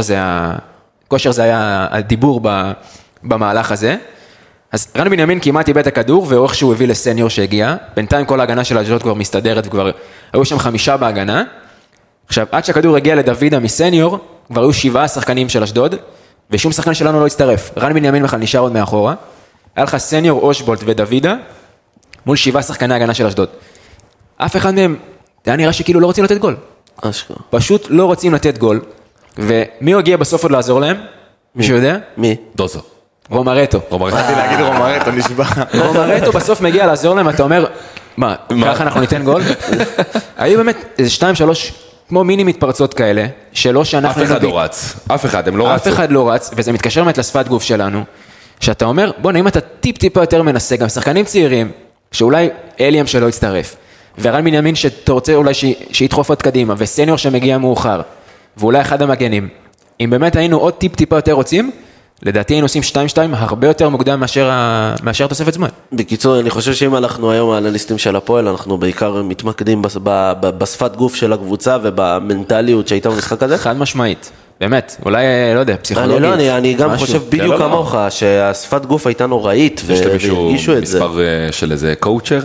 [SPEAKER 1] זה היה הדיבור במהלך הזה. אז רן בנימין כמעט איבד את הכדור, ואיך שהוא הביא לסניור שהגיע, בינתיים כל ההגנה של אשדוד כבר מסתדרת, וכבר היו שם 5 בהגנה. עכשיו, עד שהכדור הגיע לדוידה מסניור, כבר היו 7 שחקנים של אשדוד, ושום שחקן שלנו לא הצטרף. רן בנימין בכלל נשאר עוד מאחורה. היה לך סניור, אושבולט ודוידה, מול 7 שחקני ההגנה של אשדוד. אף אחד מהם, היה נראה שכאילו לא רוצים לתת גול. פשוט לא רוצים לתת גול. ומי הגיע בסוף עוד לעזור להם? מישהו יודע?
[SPEAKER 3] מי?
[SPEAKER 4] דוזו.
[SPEAKER 1] רומרטו.
[SPEAKER 5] רציתי להגיד רומרטו, נשבע.
[SPEAKER 1] רומרטו בסוף מגיע לעזור להם, אתה אומר, מה, ככה אנחנו ניתן גול? היו באמת איזה 2-3 כמו מיני מתפרצות כאלה, שלא שאנחנו...
[SPEAKER 4] אף אחד לא רץ, אף אחד, הם לא רצו.
[SPEAKER 1] אף אחד לא רץ, וזה מתקשר באמת לשפת גוף שלנו, שאתה אומר, בוא נעים אתה טיפה יותר מנסה, גם שחקנים צעירים, שאולי אליאם שלא יצטרף, ורן בנימין שאתה רוצה אולי שידחוף עוד קדימה, וסניור שמגיע מאוחר, ואולי אחד המגנים. אם באמת היינו עוד טיפה יותר רוצים, לדעתי היינו עושים 2-2 הרבה יותר מוקדם מאשר תוספת זמן.
[SPEAKER 3] בקיצור, אני חושב שאם אנחנו היום האנליסטים של הפועל, אנחנו בעיקר מתמקדים בשפת גוף של הקבוצה ובמנטליות שהייתה במשחק הזה.
[SPEAKER 1] חד משמעית. באמת, אולי, לא יודע, פסיכולוגית.
[SPEAKER 3] אני גם חושב בדיוק כמוך, שהשפת גוף הייתה נוראית, והרגישו את זה.
[SPEAKER 4] מספר של איזה קואוצ'ר?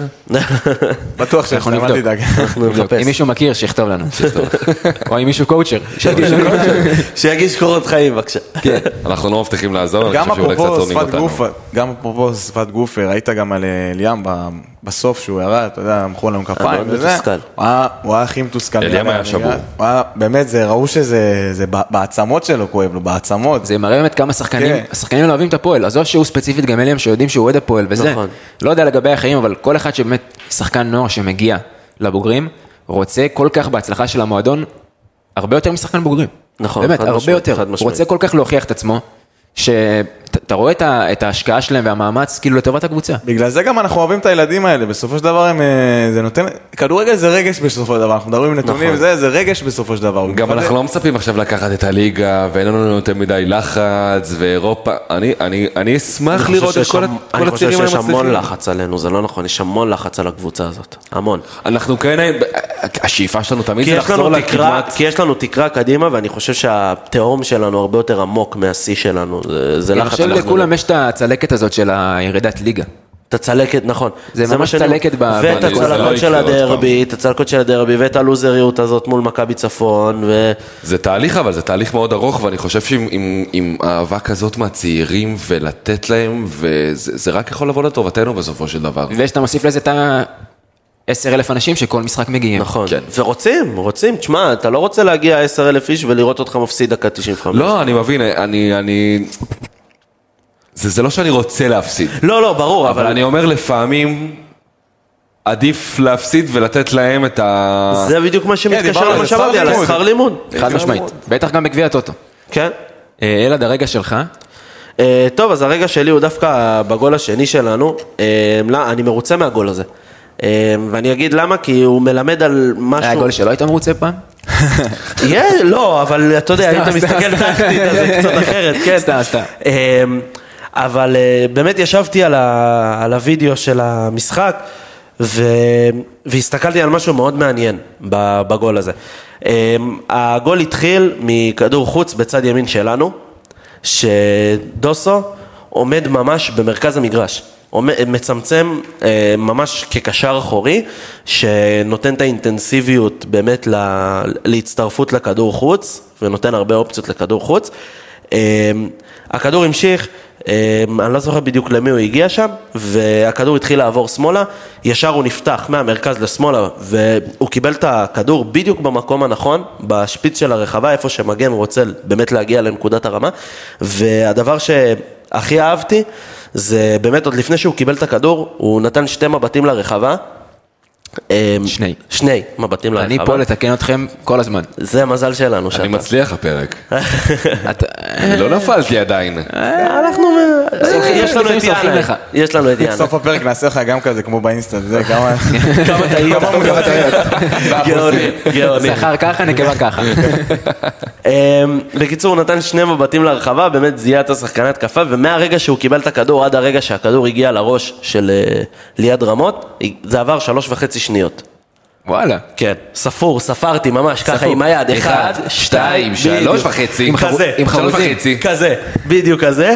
[SPEAKER 5] בטוח שאנחנו נבדוק.
[SPEAKER 1] אם מישהו מכיר, שיכתוב לנו. או אם מישהו קואוצ'ר.
[SPEAKER 3] שיגיש קורות חיים, בבקשה.
[SPEAKER 4] אנחנו לא מבטיחים לעזור,
[SPEAKER 5] גם אפרופו שפת גוף, ראית גם על ליאם בסוף שהוא ירד, אתה יודע, מחאו לנו כפיים
[SPEAKER 3] מאוד
[SPEAKER 5] וזה,
[SPEAKER 3] מתוסכל.
[SPEAKER 5] הוא היה הכי מתוסכל.
[SPEAKER 4] אליאם היה שבור.
[SPEAKER 5] באמת, ראו שזה בעצמות שלו כואב לו, בעצמות.
[SPEAKER 1] זה מראה באמת כמה שחקנים,
[SPEAKER 5] כן.
[SPEAKER 1] השחקנים לא אוהבים את הפועל, עזוב שהוא ספציפית גם אליהם שיודעים שהוא אוהד הפועל וזה,
[SPEAKER 3] נכון.
[SPEAKER 1] לא יודע לגבי החיים, אבל כל אחד שבאמת שחקן נוער שמגיע לבוגרים, רוצה כל כך בהצלחה של המועדון, הרבה יותר משחקן בוגרים.
[SPEAKER 3] נכון,
[SPEAKER 1] באמת,
[SPEAKER 3] חד
[SPEAKER 1] הרבה
[SPEAKER 3] משמעית,
[SPEAKER 1] יותר.
[SPEAKER 3] חד
[SPEAKER 1] הוא
[SPEAKER 3] משמעית.
[SPEAKER 1] רוצה כל כך להוכיח את עצמו, שאתה רואה את ההשקעה שלהם והמאמץ כאילו לטובת הקבוצה.
[SPEAKER 5] בגלל זה גם אנחנו אוהבים את הילדים האלה, בסופו של דבר זה נותן, כדורגל זה רגש בסופו של דבר, אנחנו מדברים עם נתונים, זה רגש בסופו של דבר.
[SPEAKER 4] גם אנחנו לא מצפים עכשיו לקחת את הליגה, ואין לנו יותר מדי לחץ, ואירופה, אני אשמח לראות את כל
[SPEAKER 3] אני חושב
[SPEAKER 4] הצעירים
[SPEAKER 3] שיש המון
[SPEAKER 4] המצליחים.
[SPEAKER 3] לחץ עלינו, זה לא נכון, יש המון לחץ על הקבוצה הזאת, המון.
[SPEAKER 4] אנחנו כן, השאיפה שלנו תמיד
[SPEAKER 3] כי
[SPEAKER 4] זה
[SPEAKER 3] יש
[SPEAKER 4] לחזור
[SPEAKER 3] לנו תקרה,
[SPEAKER 4] לקדמת.
[SPEAKER 3] כי יש לנו תקרה קדימה, ואני חושב שהתהום שלנו הרבה יותר עמוק מהשיא שלנו, זה
[SPEAKER 1] אני
[SPEAKER 3] לחץ.
[SPEAKER 1] חושב
[SPEAKER 3] אנחנו-
[SPEAKER 1] לכולם יש את הצלקת הזאת של הירידת ליגה.
[SPEAKER 3] את הצלקת, נכון.
[SPEAKER 1] זה
[SPEAKER 3] מה
[SPEAKER 1] ממש
[SPEAKER 3] שאני-
[SPEAKER 1] צלקת
[SPEAKER 3] ואת
[SPEAKER 4] זה לא
[SPEAKER 3] הצלקות של
[SPEAKER 4] יקרה עוד
[SPEAKER 3] הדרבי, את הצלקות של הדרבי, ואת הלוזריות הזאת מול מכבי צפון,
[SPEAKER 4] זה תהליך, אבל זה תהליך מאוד ארוך, ואני חושב שעם אהבה כזאת מהצעירים ולתת להם, וזה רק יכול לבוא לטובתנו בסופו של דבר.
[SPEAKER 1] ושאתה מוסיף לזה את 10,000 אנשים שכל משחק מגיעים.
[SPEAKER 3] נכון.
[SPEAKER 4] כן.
[SPEAKER 3] ורוצים, תשמע, אתה לא רוצה להגיע 10,000 איש ולראות אותך מפסיד דקה 95.
[SPEAKER 4] לא, אני מבין, זה לא שאני רוצה להפסיד,
[SPEAKER 3] לא, ברור,
[SPEAKER 4] אבל אני אומר לפעמים, עדיף להפסיד ולתת להם את ה...
[SPEAKER 3] זה בדיוק מה שמתקשר
[SPEAKER 5] דיברנו
[SPEAKER 3] למה
[SPEAKER 5] על
[SPEAKER 3] שאמרתי,
[SPEAKER 5] שכר
[SPEAKER 3] על
[SPEAKER 5] לימוד.
[SPEAKER 3] השכר לימוד.
[SPEAKER 1] חד משמעית. בטח גם בגביע הטוטו.
[SPEAKER 3] כן.
[SPEAKER 1] אלעד, הרגע שלך,
[SPEAKER 3] טוב, אז הרגע שלי הוא דווקא בגול השני שלנו. אני מרוצה מהגול הזה. ואני אגיד למה, כי הוא מלמד על משהו...
[SPEAKER 1] היה גול שלא היית מרוצה פעם?
[SPEAKER 3] לא, אבל אתה יודע, היית מסתכל טקטית, אז זה קצת אחרת, כן.
[SPEAKER 1] סתם.
[SPEAKER 3] אבל באמת ישבתי על הוידאו של המשחק, והסתכלתי על משהו מאוד מעניין בגול הזה. הגול התחיל מכדור חוץ בצד ימין שלנו, שדוסו עומד ממש במרכז המגרש. מצמצם ממש כקשר אחורי, שנותן את האינטנסיביות באמת להצטרפות לכדור חוץ, ונותן הרבה אופציות לכדור חוץ. הכדור המשיך, אני לא זוכר בדיוק למי הוא הגיע שם, והכדור התחיל לעבור שמאלה, ישר הוא נפתח מהמרכז לשמאלה, והוא קיבל את הכדור בדיוק במקום הנכון, בשפיץ של הרחבה, איפה שמגן רוצה באמת להגיע לנקודת הרמה, והדבר שהכי אהבתי, זה באמת עוד לפני שהוא קיבל את הכדור, הוא נתן 2 מבטים לרחבה. שני מבטים לרחבה.
[SPEAKER 1] אני פה לתקן אתכם כל הזמן.
[SPEAKER 3] זה המזל שלנו שאתה.
[SPEAKER 4] אני מצליח הפרק. לא נפלתי עדיין.
[SPEAKER 3] יש לנו את
[SPEAKER 1] סולחים
[SPEAKER 3] יאנה.
[SPEAKER 1] לך.
[SPEAKER 3] יש לנו את יאנה.
[SPEAKER 5] בסוף הפרק נעשה לך גם כזה כמו באינסטנט, זה כמה...
[SPEAKER 3] כמה טעיות. גאוני, גאוני.
[SPEAKER 1] זכר ככה, נקבה ככה.
[SPEAKER 3] בקיצור, הוא נתן 2 מבטים לרחבה, באמת זיהה את השחקני התקפה, ומהרגע שהוא קיבל את הכדור, עד הרגע שהכדור הגיע לראש של ליד רמות, זה עבר 3.5 שניות.
[SPEAKER 1] וואלה.
[SPEAKER 3] כן, ספרתי ממש ככה עם היד, 1, 2,
[SPEAKER 4] 3.5.
[SPEAKER 3] כזה,
[SPEAKER 1] עם חרוזים.
[SPEAKER 3] כזה, בדיוק כזה.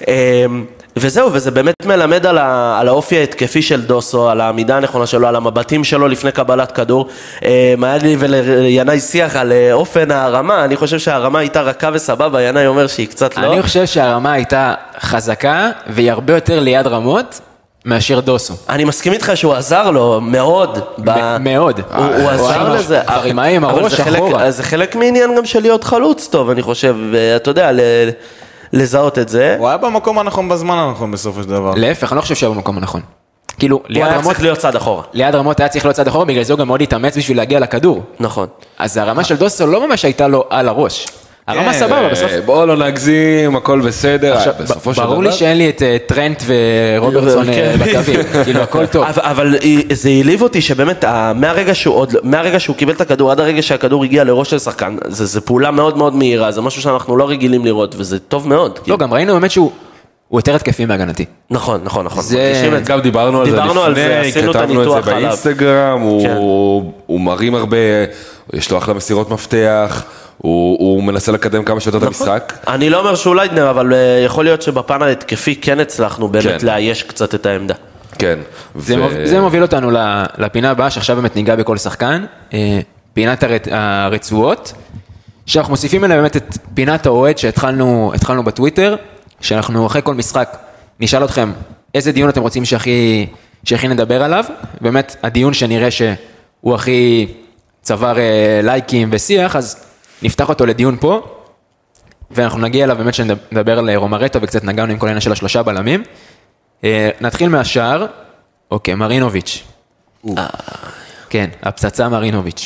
[SPEAKER 3] וזהו, וזה באמת מלמד על האופי ההתקפי של דוסו, על העמידה הנכונה שלו, על המבטים שלו לפני קבלת כדור. היה לי ולינאי שיח על אופן הרמה, אני חושב שהרמה הייתה רכה וסבבה, ינאי אומר שהיא קצת לא.
[SPEAKER 1] אני חושב שהרמה הייתה חזקה, והיא הרבה יותר ליד רמות, מאשר דוסו.
[SPEAKER 3] אני מסכים איתך שהוא עזר לו מאוד.
[SPEAKER 1] מאוד.
[SPEAKER 3] הוא עזר לזה.
[SPEAKER 1] כבר עם עם הראש אחורה.
[SPEAKER 3] זה חלק מעניין גם של להיות חלוץ טוב, אני חושב, ואתה יודע, לזהות את זה.
[SPEAKER 5] הוא היה במקום הנכון בזמן הנכון בסופו של דבר.
[SPEAKER 1] להפך, אני לא חושב שהיה במקום הנכון. כאילו,
[SPEAKER 3] הוא היה צריך להיות צד אחורה.
[SPEAKER 1] ליד רמות היה צריך להיות צד אחורה, בגלל זה הוא גם מאוד התאמץ בשביל להגיע לכדור.
[SPEAKER 3] נכון.
[SPEAKER 1] אז הרמה של דוסו לא ממש הייתה לו על הראש. הרמה סבבה, בסוף.
[SPEAKER 4] בואו לא נגזים, הכל בסדר. בסופו של דבר.
[SPEAKER 1] ברור לי שאין לי את טרנט ורוברטסון בקווים, כאילו הכל טוב.
[SPEAKER 3] אבל זה העליב אותי שבאמת, מהרגע שהוא קיבל את הכדור, עד הרגע שהכדור הגיע לראש של שחקן, זה פעולה מאוד מאוד מהירה, זה משהו שאנחנו לא רגילים לראות, וזה טוב מאוד.
[SPEAKER 1] לא, גם ראינו באמת שהוא יותר התקפי מהגנתי.
[SPEAKER 3] נכון.
[SPEAKER 4] גם דיברנו על זה לפני,
[SPEAKER 3] עשינו את
[SPEAKER 4] כתבנו את
[SPEAKER 3] הניתוח
[SPEAKER 4] זה
[SPEAKER 3] עליו.
[SPEAKER 4] באינסטגרם, הוא מרים הרבה, יש לו אחלה מסירות מפתח, הוא מנסה לקדם כמה שיותר את המשחק.
[SPEAKER 3] אני לא אומר שהוא ליידנר, אבל יכול להיות שבפן ההתקפי כן הצלחנו באמת לאייש קצת את העמדה.
[SPEAKER 4] כן.
[SPEAKER 1] זה מוביל אותנו לפינה הבאה, שעכשיו באמת ניגע בכל שחקן, פינת הרצועות, שאנחנו מוסיפים אליה באמת את פינת האוהד שהתחלנו בטוויטר, שאנחנו אחרי כל משחק נשאל אתכם איזה דיון אתם רוצים שהכין לדבר עליו, באמת הדיון שנראה שהוא הכי צבר לייקים ושיח, אז נפתח אותו לדיון פה, ואנחנו נגיע אליו באמת שנדבר על רומרטו, וקצת נגענו עם כל העניין של השלושה בלמים. נתחיל מהשער, אוקיי, מרינוביץ'. כן, הפצצה מרינוביץ'.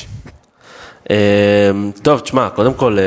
[SPEAKER 3] טוב, תשמע, קודם כל,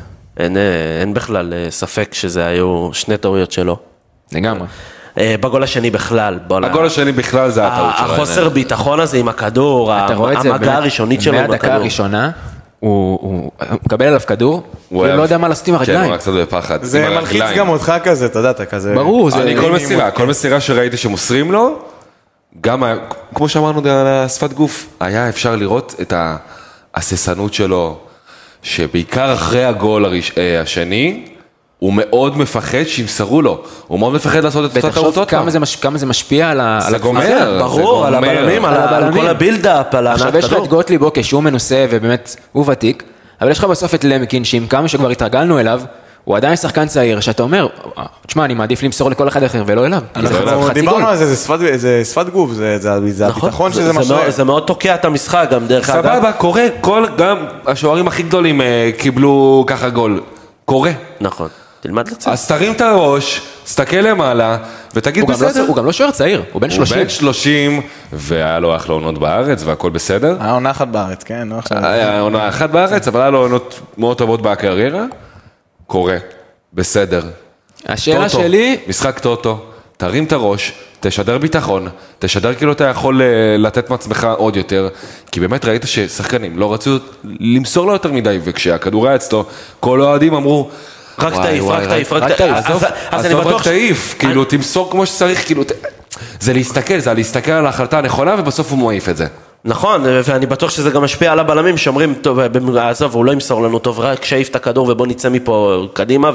[SPEAKER 3] אין בכלל ספק שזה היו שני טעויות שלו.
[SPEAKER 1] לגמרי.
[SPEAKER 3] בגול השני בכלל.
[SPEAKER 4] הגול השני בכלל זה הטעות שלו.
[SPEAKER 3] החוסר ביטחון הזה עם הכדור, המגע הראשונית שלו עם הכדור.
[SPEAKER 1] מהדקה הראשונה, הוא מקבל עליו כדור, הוא לא יודע מה לעשות עם הרגליים.
[SPEAKER 4] כן, הוא רק קצת בפחד.
[SPEAKER 5] זה מלחיץ גם אותך כזה, אתה יודע, אתה כזה...
[SPEAKER 1] ברור, זה...
[SPEAKER 4] כל מסירה שראיתי שמוסרים לו, גם, כמו שאמרנו על השפת גוף, היה אפשר לראות את ההססנות שלו, שבעיקר אחרי הגול השני, הוא מאוד מפחד שימסרו לו, הוא מאוד מפחד לעשות את הטעות עוד פעם.
[SPEAKER 1] כמה זה משפיע על
[SPEAKER 4] הגומר,
[SPEAKER 3] ברור, על הבלמים, על כל הבילדאפ, על הענת
[SPEAKER 1] עכשיו יש לך את גוטליב, אוקיי, שהוא מנוסה ובאמת הוא ותיק, אבל יש לך בסוף את למקין, שעם כמה שכבר התרגלנו אליו, הוא עדיין שחקן צעיר, שאתה אומר, תשמע, אני מעדיף למסור לכל אחד אחר ולא אליו.
[SPEAKER 5] אנחנו דיברנו על זה, זה שפת גוף, זה הביטחון שזה משרה.
[SPEAKER 3] זה מאוד תוקע את המשחק גם דרך אגב.
[SPEAKER 4] סבבה, קורה, גם השוערים הכי גדולים קיבלו ככה גול, קורה.
[SPEAKER 3] נכון. תלמד לצאת.
[SPEAKER 4] אז תרים את הראש, תסתכל למעלה, ותגיד בסדר.
[SPEAKER 1] הוא גם לא שוער צעיר, הוא בן 30.
[SPEAKER 4] הוא בן 30, והיה לו אחלה עונות בארץ, והכל בסדר.
[SPEAKER 5] היה עונה אחת בארץ, כן, לא עכשיו.
[SPEAKER 4] היה עונה אחת בארץ, אבל היה לו עונות מאוד טובות בקריירה. קורה, בסדר.
[SPEAKER 1] השאלה שלי...
[SPEAKER 4] משחק טוטו, תרים את הראש, תשדר ביטחון, תשדר כאילו אתה יכול לתת מעצמך עוד יותר, כי באמת ראית ששחקנים לא רצו למסור לו יותר מדי, וכשהכדור היה אצלו, כל האוהדים אמרו,
[SPEAKER 3] רק תעיף.
[SPEAKER 4] עזוב רק תעיף, כאילו תמסור כמו שצריך, כאילו, זה להסתכל על ההחלטה הנכונה, ובסוף הוא מועיף את זה.
[SPEAKER 3] נכון, ואני בטוח שזה גם משפיע על הבלמים שאומרים, טוב, עזוב, הוא לא ימסור לנו טוב, רק שאיף את הכדור ובוא נצא מפה קדימה,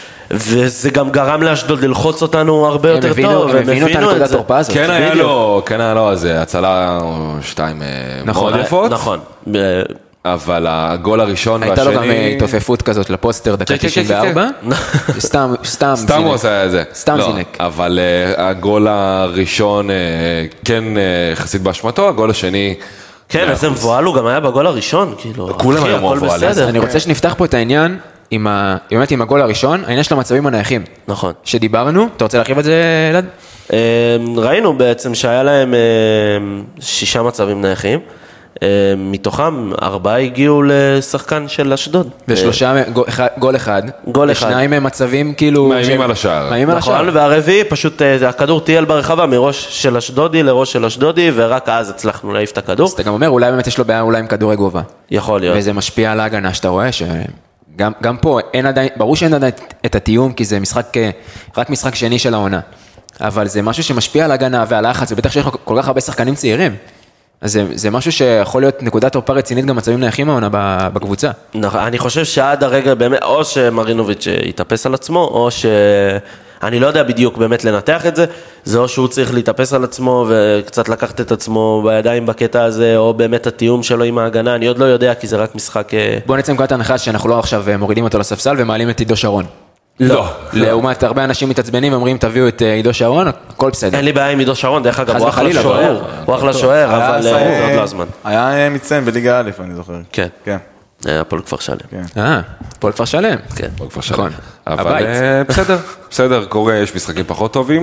[SPEAKER 3] וזה גם גרם לאשדוד ללחוץ אותנו הרבה יותר טוב,
[SPEAKER 1] הם הבינו את הנקודת תורפה הזאת.
[SPEAKER 4] כן היה לו, אז הצלה או שתיים מאוד יפות.
[SPEAKER 3] נכון.
[SPEAKER 4] אבל הגול הראשון והשני...
[SPEAKER 1] הייתה לו גם התעופפות כזאת לפוסטר, דקה 94. סתם
[SPEAKER 4] הוא עשה את זה.
[SPEAKER 1] סתם זינק.
[SPEAKER 4] אבל הגול הראשון כן חסיד באשמתו, הגול השני...
[SPEAKER 3] כן, איזה מבועל הוא גם היה בגול הראשון, כאילו...
[SPEAKER 4] כולם היו מבועל.
[SPEAKER 1] אני רוצה שנפתח פה את העניין, באמת עם הגול הראשון, העניין של המצבים הנייחים.
[SPEAKER 3] נכון.
[SPEAKER 1] שדיברנו, אתה רוצה להרחיב את זה, אלעד?
[SPEAKER 3] ראינו בעצם שהיה להם 6 מצבים נייחים. מתוכם 4 הגיעו לשחקן של אשדוד.
[SPEAKER 1] ושלושה, גול אחד. ושניים הם מצבים כאילו...
[SPEAKER 4] מאיימים על השער.
[SPEAKER 3] נכון, והרביעי פשוט הכדור טייל ברחבה מראש של אשדודי לראש של אשדודי, ורק אז הצלחנו להעיף את הכדור.
[SPEAKER 1] אז אתה גם אומר, אולי באמת יש לו בעיה אולי עם כדורי גובה.
[SPEAKER 3] יכול להיות.
[SPEAKER 1] וזה משפיע על ההגנה שאתה רואה, שגם פה אין עדיין, ברור שאין עדיין את התיאום, כי זה משחק, רק משחק שני של העונה. אבל זה משהו שמשפיע על ההגנה ועל לחץ, ובטח שיש כל כך הרבה שחקנים צעירים. אז זה משהו שיכול להיות נקודת תורפה רצינית גם מצבים נייחים העונה בקבוצה.
[SPEAKER 3] אני חושב שעד הרגע באמת, או שמרינוביץ' יתאפס על עצמו, או אני לא יודע בדיוק באמת לנתח את זה, זה או שהוא צריך להתאפס על עצמו וקצת לקחת את עצמו בידיים בקטע הזה, או באמת התיאום שלו עם ההגנה, אני עוד לא יודע כי זה רק משחק...
[SPEAKER 1] בוא נצא מנקודת הנחה שאנחנו לא עכשיו מורידים אותו לספסל ומעלים את עידו שרון.
[SPEAKER 3] לא.
[SPEAKER 1] לעומת הרבה אנשים מתעצבנים ואומרים תביאו את עידו שרון, הכל בסדר.
[SPEAKER 3] אין לי בעיה עם עידו שרון, דרך אגב, הוא אחלה שוער, הוא אחלה שוער, אבל זה עוד לא הזמן.
[SPEAKER 5] היה מצטיין בליגה א', אני זוכר.
[SPEAKER 3] כן.
[SPEAKER 5] כן.
[SPEAKER 3] הפועל כפר שלם.
[SPEAKER 1] הפועל כפר שלם.
[SPEAKER 3] כן.
[SPEAKER 4] הפועל כפר שלם. אבל בסדר, קורה, יש משחקים פחות טובים.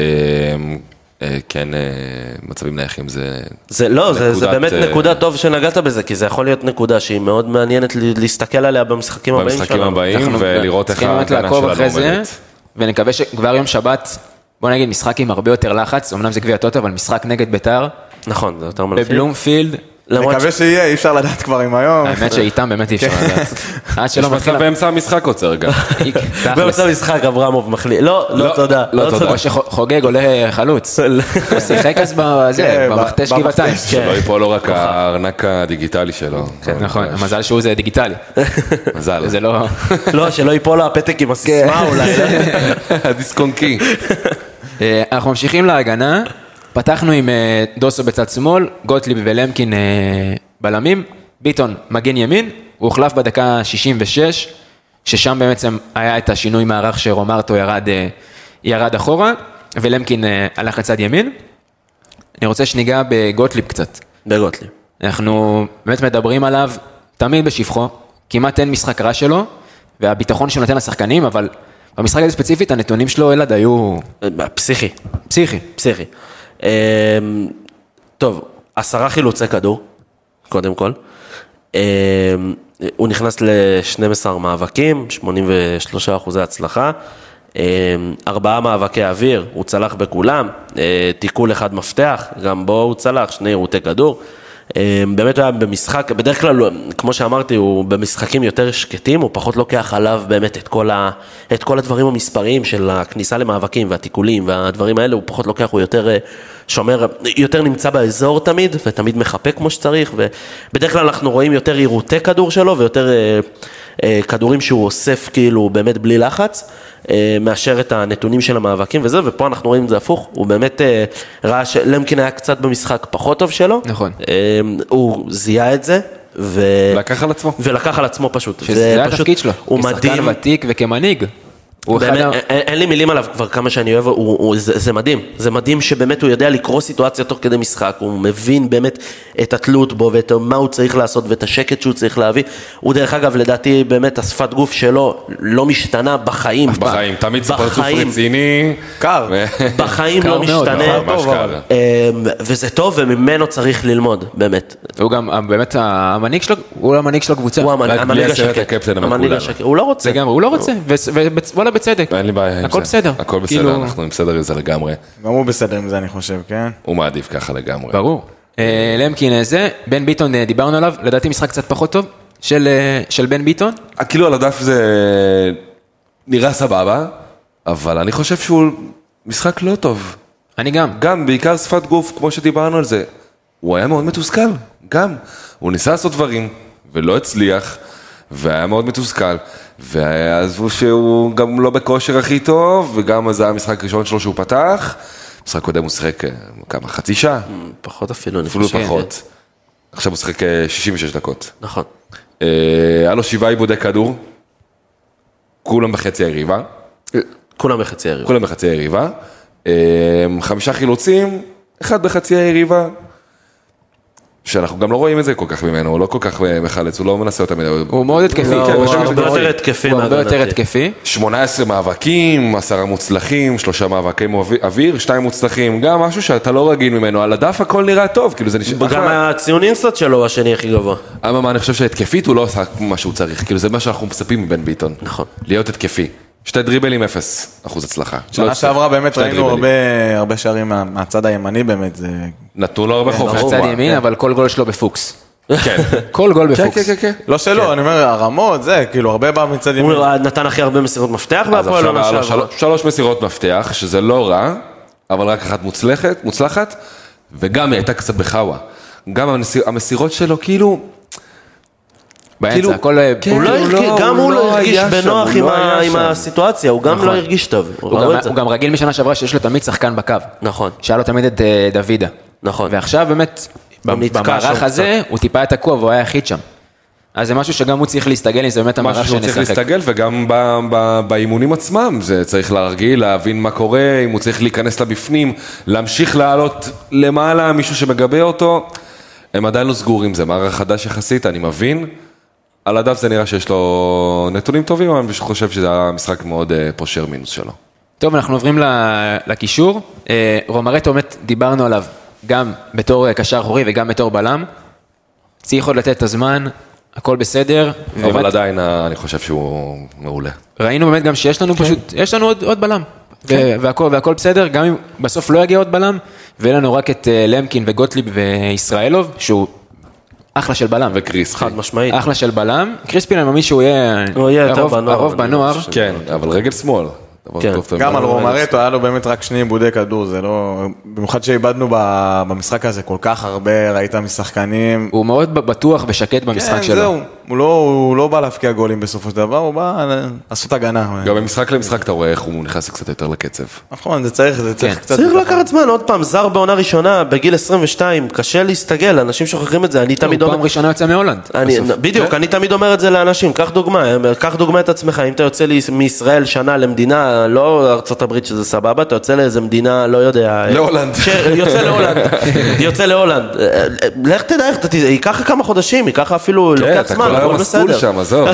[SPEAKER 4] כן, מצבים נייחים זה...
[SPEAKER 3] לא, זה באמת נקודה טוב שנגעת בזה, כי זה יכול להיות נקודה שהיא מאוד מעניינת להסתכל עליה במשחקים הבאים שלנו.
[SPEAKER 4] במשחקים הבאים, ולראות איך ההגנה שלנו עומדת.
[SPEAKER 1] ונקווה שכבר יום שבת, בוא נגיד, משחק עם הרבה יותר לחץ, אמנם זה גביע טוטו, אבל משחק נגד ביתר.
[SPEAKER 3] נכון, זה יותר מלחיץ.
[SPEAKER 1] בבלומפילד.
[SPEAKER 5] מקווה שיהיה, אי אפשר לדעת כבר עם היום.
[SPEAKER 1] האמת שאיתם באמת אי אפשר לדעת.
[SPEAKER 4] יש מצב באמצע המשחק עוצר גם.
[SPEAKER 3] באמצע המשחק אברמוב מחליט. לא, תודה.
[SPEAKER 1] או שחוגג עולה חלוץ. הוא שיחק אז במכתש גבעתיים.
[SPEAKER 4] שלא ייפול לו רק הארנק הדיגיטלי שלו.
[SPEAKER 1] נכון, המזל שהוא זה דיגיטלי.
[SPEAKER 4] מזל.
[SPEAKER 1] זה לא...
[SPEAKER 3] לא, שלא ייפול לו הפתק עם הסיסמה אולי.
[SPEAKER 4] הדיסקונקי.
[SPEAKER 1] אנחנו ממשיכים להגנה. פתחנו עם דוסו בצד שמאל, גוטליב ולמקין בלמים, ביטון מגן ימין, הוא הוחלף בדקה 66, ששם בעצם היה את השינוי מערך שרומרטו ירד אחורה, ולמקין הלך לצד ימין. אני רוצה שניגע בגוטליב קצת.
[SPEAKER 3] בגוטליב.
[SPEAKER 1] אנחנו באמת מדברים עליו תמיד בשפחו, כמעט אין משחק רע שלו, והביטחון שנותן לשחקנים, אבל במשחק הזה ספציפית, הנתונים שלו אלעד היו...
[SPEAKER 3] פסיכי.
[SPEAKER 1] פסיכי.
[SPEAKER 3] טוב, 10 חילוצי כדור, קודם כל. הוא נכנס ל-12 מאבקים, 83% הצלחה. 4 מאבקי אוויר, הוא צלח בכולם. תיקול 1 מפתח, גם בו הוא צלח, 2 עירותי כדור. באמת הוא היה במשחק, בדרך כלל, כמו שאמרתי, הוא במשחקים יותר שקטים, הוא פחות לוקח עליו באמת את כל הדברים המספריים של הכניסה למאבקים והתיקולים והדברים האלה, הוא פחות לוקח, הוא יותר שומר, יותר נמצא באזור תמיד, ותמיד מחפה כמו שצריך, ובדרך כלל אנחנו רואים יותר עירותי כדור שלו, ויותר כדורים שהוא אוסף כאילו באמת בלי לחץ, מאשר את הנתונים של המאבקים וזה, ופה אנחנו רואים את זה הפוך, הוא באמת ראה שלמקין היה קצת במשחק פחות טוב שלו,
[SPEAKER 1] נכון.
[SPEAKER 3] הוא זיהה את זה,
[SPEAKER 4] ולקח
[SPEAKER 3] על עצמו פשוט.
[SPEAKER 1] שזה היה התפקיד שלו, כשחקן ותיק וכמנהיג.
[SPEAKER 3] אין לי מילים עליו כבר כמה שאני אוהב, זה מדהים, זה מדהים שבאמת הוא יודע לקרוא סיטואציה תוך כדי משחק, הוא מבין באמת את התלות בו ואת מה הוא צריך לעשות ואת השקט שהוא צריך להביא, הוא דרך אגב לדעתי באמת השפת גוף שלו לא משתנה בחיים,
[SPEAKER 4] תמיד זה פרצוף רציני,
[SPEAKER 5] קר,
[SPEAKER 3] בחיים לא משתנה, וזה טוב וממנו צריך ללמוד באמת.
[SPEAKER 1] הוא גם באמת המנהיג שלו, הוא המנהיג של הקבוצה,
[SPEAKER 3] הוא המנהיג השקט, הוא לא רוצה,
[SPEAKER 1] הוא לא רוצה, וואלה בצדק.
[SPEAKER 4] אין לי בעיה עם
[SPEAKER 1] הכל
[SPEAKER 4] זה.
[SPEAKER 1] בסדר.
[SPEAKER 4] הכל בסדר, אנחנו עם בסדר עם זה לגמרי.
[SPEAKER 5] גם הוא בסדר עם זה, אני חושב, כן?
[SPEAKER 4] הוא מעדיף ככה לגמרי.
[SPEAKER 1] ברור. למקין זה, בן ביטון דיברנו עליו, לדעתי משחק קצת פחות טוב, של בן ביטון.
[SPEAKER 4] כאילו על הדף זה נראה סבבה, אבל אני חושב שהוא משחק לא טוב.
[SPEAKER 1] אני גם.
[SPEAKER 4] גם, בעיקר שפת גוף, כמו שדיברנו על זה, הוא היה מאוד מתוסכל, גם. הוא ניסה לעשות דברים, ולא הצליח, והיה מאוד מתוסכל, ועזבו שהוא גם לא בכושר הכי טוב, וגם זה היה המשחק הראשון שלו שהוא פתח, משחק קודם הוא שחק כמה, חצי שעה?
[SPEAKER 3] פחות אפילו,
[SPEAKER 4] אפילו פחות. עכשיו הוא שחק 66 דקות.
[SPEAKER 3] נכון.
[SPEAKER 4] היה לו 7 עיבודי כדור, כולם בחצי היריבה.
[SPEAKER 3] כולם בחצי היריבה.
[SPEAKER 4] 5 חילוצים, 1 בחצי היריבה. שאנחנו גם לא רואים את זה כל כך ממנו, הוא לא כל כך מחלץ, הוא לא מנסה אותה מדי.
[SPEAKER 1] הוא מאוד התקפי.
[SPEAKER 3] הוא
[SPEAKER 1] הרבה יותר התקפי.
[SPEAKER 4] 18 מאבקים, 10 מוצלחים, 3 מאבקי אוויר, 2 מוצלחים, גם משהו שאתה לא רגיל ממנו, על הדף הכל נראה טוב, כאילו זה נשאר.
[SPEAKER 3] גם הציון אינסטאט שלו השני הכי גבוה.
[SPEAKER 4] אבל אני חושב שהתקפית הוא לא עושה מה שהוא צריך, כאילו זה מה שאנחנו מצפים מבן ביטון.
[SPEAKER 3] נכון.
[SPEAKER 4] להיות התקפי. 2 דריבלים 0% הצלחה.
[SPEAKER 5] שנה שעברה באמת ראינו הרבה שערים מהצד הימני באמת.
[SPEAKER 4] נתנו לו הרבה חופש.
[SPEAKER 1] מהצד ימין, אבל כל גול שלו בפוקס.
[SPEAKER 4] כן.
[SPEAKER 1] כל גול בפוקס.
[SPEAKER 4] כן.
[SPEAKER 5] לא שלו, אני אומר, הרמות, זה, כאילו, הרבה בא מצד ימין.
[SPEAKER 3] הוא נתן הכי הרבה מסירות מפתח,
[SPEAKER 4] אז עכשיו היה לו 3 מסירות מפתח, שזה לא רע, אבל רק אחת מוצלחת, וגם היא הייתה קצת בחווה. גם המסירות שלו, כאילו...
[SPEAKER 1] באמצע, הכל...
[SPEAKER 3] גם הוא לא הרגיש בנוח עם הסיטואציה, הוא גם לא הרגיש טוב.
[SPEAKER 1] הוא גם רגיל משנה שעברה שיש לו תמיד שחקן בקו.
[SPEAKER 3] נכון.
[SPEAKER 1] שהיה לו תמיד את דוידה.
[SPEAKER 3] נכון.
[SPEAKER 1] ועכשיו באמת, במערך הזה, הוא טיפה את הקוע והוא היה יחיד שם. אז זה משהו שגם הוא צריך להסתגל, אם זה באמת המערך שנשחק.
[SPEAKER 4] משהו שהוא צריך להסתגל, וגם באימונים עצמם, זה צריך להרגיל, להבין מה קורה, אם הוא צריך להיכנס לבפנים, להמשיך לעלות למעלה, מישהו שמגבה אותו, הם עדיין לא סגורים, זה מערך חדש יחסית, אני מבין. על הדף זה נראה שיש לו נתונים טובים, אבל אני חושב שזה המשחק מאוד פושר מינוס שלו.
[SPEAKER 1] טוב, אנחנו עוברים לקישור. רומרטו, באמת דיברנו עליו, גם בתור קשר אחורי וגם בתור בלם. צריך עוד לתת את הזמן, הכל בסדר.
[SPEAKER 4] אבל עדיין אני חושב שהוא מעולה.
[SPEAKER 1] ראינו באמת גם שיש לנו פשוט, יש לנו עוד בלם. והכל בסדר, גם אם בסוף לא יגיע עוד בלם, ויהיה לנו רק את למקין וגוטליב וישראלוב, שהוא... אחלה של בלם.
[SPEAKER 4] וקריספי.
[SPEAKER 3] חד משמעית.
[SPEAKER 1] אחלה של בלם. קריספי אני מאמין שהוא יהיה הרוב בנוער.
[SPEAKER 4] כן, אבל רגל שמאל.
[SPEAKER 5] גם על רומרטו היה לו באמת רק 2 עיבודי כדור, זה לא... במיוחד שאיבדנו במשחק הזה כל כך הרבה, ראית משחקנים.
[SPEAKER 1] הוא מאוד בטוח ושקט במשחק שלו.
[SPEAKER 5] כן, זהו. הוא לא בא להפקיע גולים בסופו של דבר, הוא בא לעשות הגנה.
[SPEAKER 4] גם במשחק למשחק אתה רואה איך הוא נכנס קצת יותר לקצב.
[SPEAKER 5] נכון, זה צריך קצת...
[SPEAKER 3] צריך לקחת זמן, עוד פעם, זר בעונה ראשונה, בגיל 22, קשה להסתגל, אנשים שוכחים את זה, אני תמיד אומר...
[SPEAKER 1] פעם ראשונה יוצא מהולנד.
[SPEAKER 3] בדיוק, אני תמיד אומר את זה לאנשים, קח דוגמה את עצמך, אם אתה יוצא מישראל שנה למדינה, לא ארצות הברית שזה סבבה, אתה יוצא לאיזה מדינה, לא יודע...
[SPEAKER 4] להולנד.
[SPEAKER 3] יוצא להולנד. לך תדע, ייקח כמה חודשים, ייקח אפילו לוקח זמן, הכל בסדר.
[SPEAKER 4] שם, עזוב.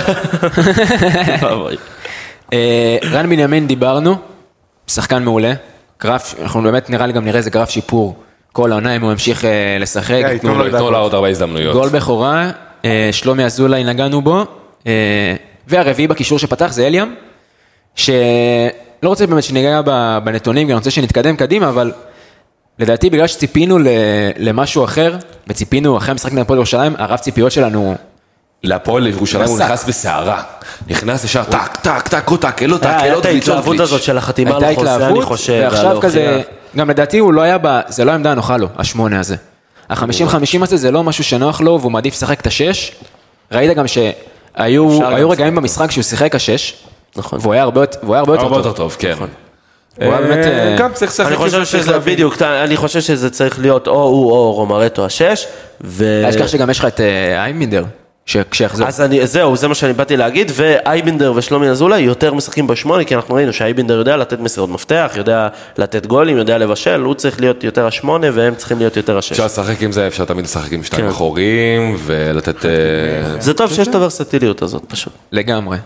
[SPEAKER 1] רן בנימין דיברנו, שחקן מעולה, גרף, אנחנו באמת נראה לי גם נראה איזה גרף שיפור, כל העונה אם הוא המשיך לשחק,
[SPEAKER 4] תנו לו עוד הרבה הזדמנויות.
[SPEAKER 1] גול בכורה, שלומי אזולאי נגענו בו, והרביעי בקישור שפתח זה אליאם, שלא רוצה באמת שניגע בנתונים, אני רוצה שנתקדם קדימה, אבל לדעתי בגלל שציפינו למשהו אחר, וציפינו אחרי המשחק נגד הפועל ירושלים, הרב ציפיות שלנו...
[SPEAKER 4] להפועל ירושלים הוא נכנס בסערה, נכנס ישר טק, טק, טק, טק, אלו טק,
[SPEAKER 3] הייתה את ההתלהבות הזאת של החתימה על החוזה, אני חושב,
[SPEAKER 1] ועכשיו כזה, גם לדעתי הוא לא היה, זה לא העמדה הנוחה לו, ה8 הזה. ה50-50 הזה זה לא משהו שנוח לו, והוא מעדיף לשחק את ה6. ראית גם שהיו רגעים במשחק שהוא שיחק ה6, והוא היה הרבה יותר
[SPEAKER 4] טוב, כן.
[SPEAKER 3] גם צריך לשחק, אני חושב שזה צריך להיות או הוא או רומרטו ה6,
[SPEAKER 1] יש כך שגם יש לך את איימינדר, שיחזור.
[SPEAKER 3] אז זהו, זה מה שאני באתי להגיד, ואייבינדר ושלומי אזולאי יותר משחקים ב8, כי אנחנו ראינו שאייבינדר יודע לתת מסירות מפתח, יודע לתת גולים, יודע לבשל, הוא צריך להיות יותר ה8 והם צריכים להיות יותר ה6.
[SPEAKER 4] אפשר לשחק עם זה, אפשר תמיד לשחק עם 2 אחורים, ולתת...
[SPEAKER 3] זה טוב שיש את הוורסטיליות הזאת פשוט.
[SPEAKER 1] לגמרי.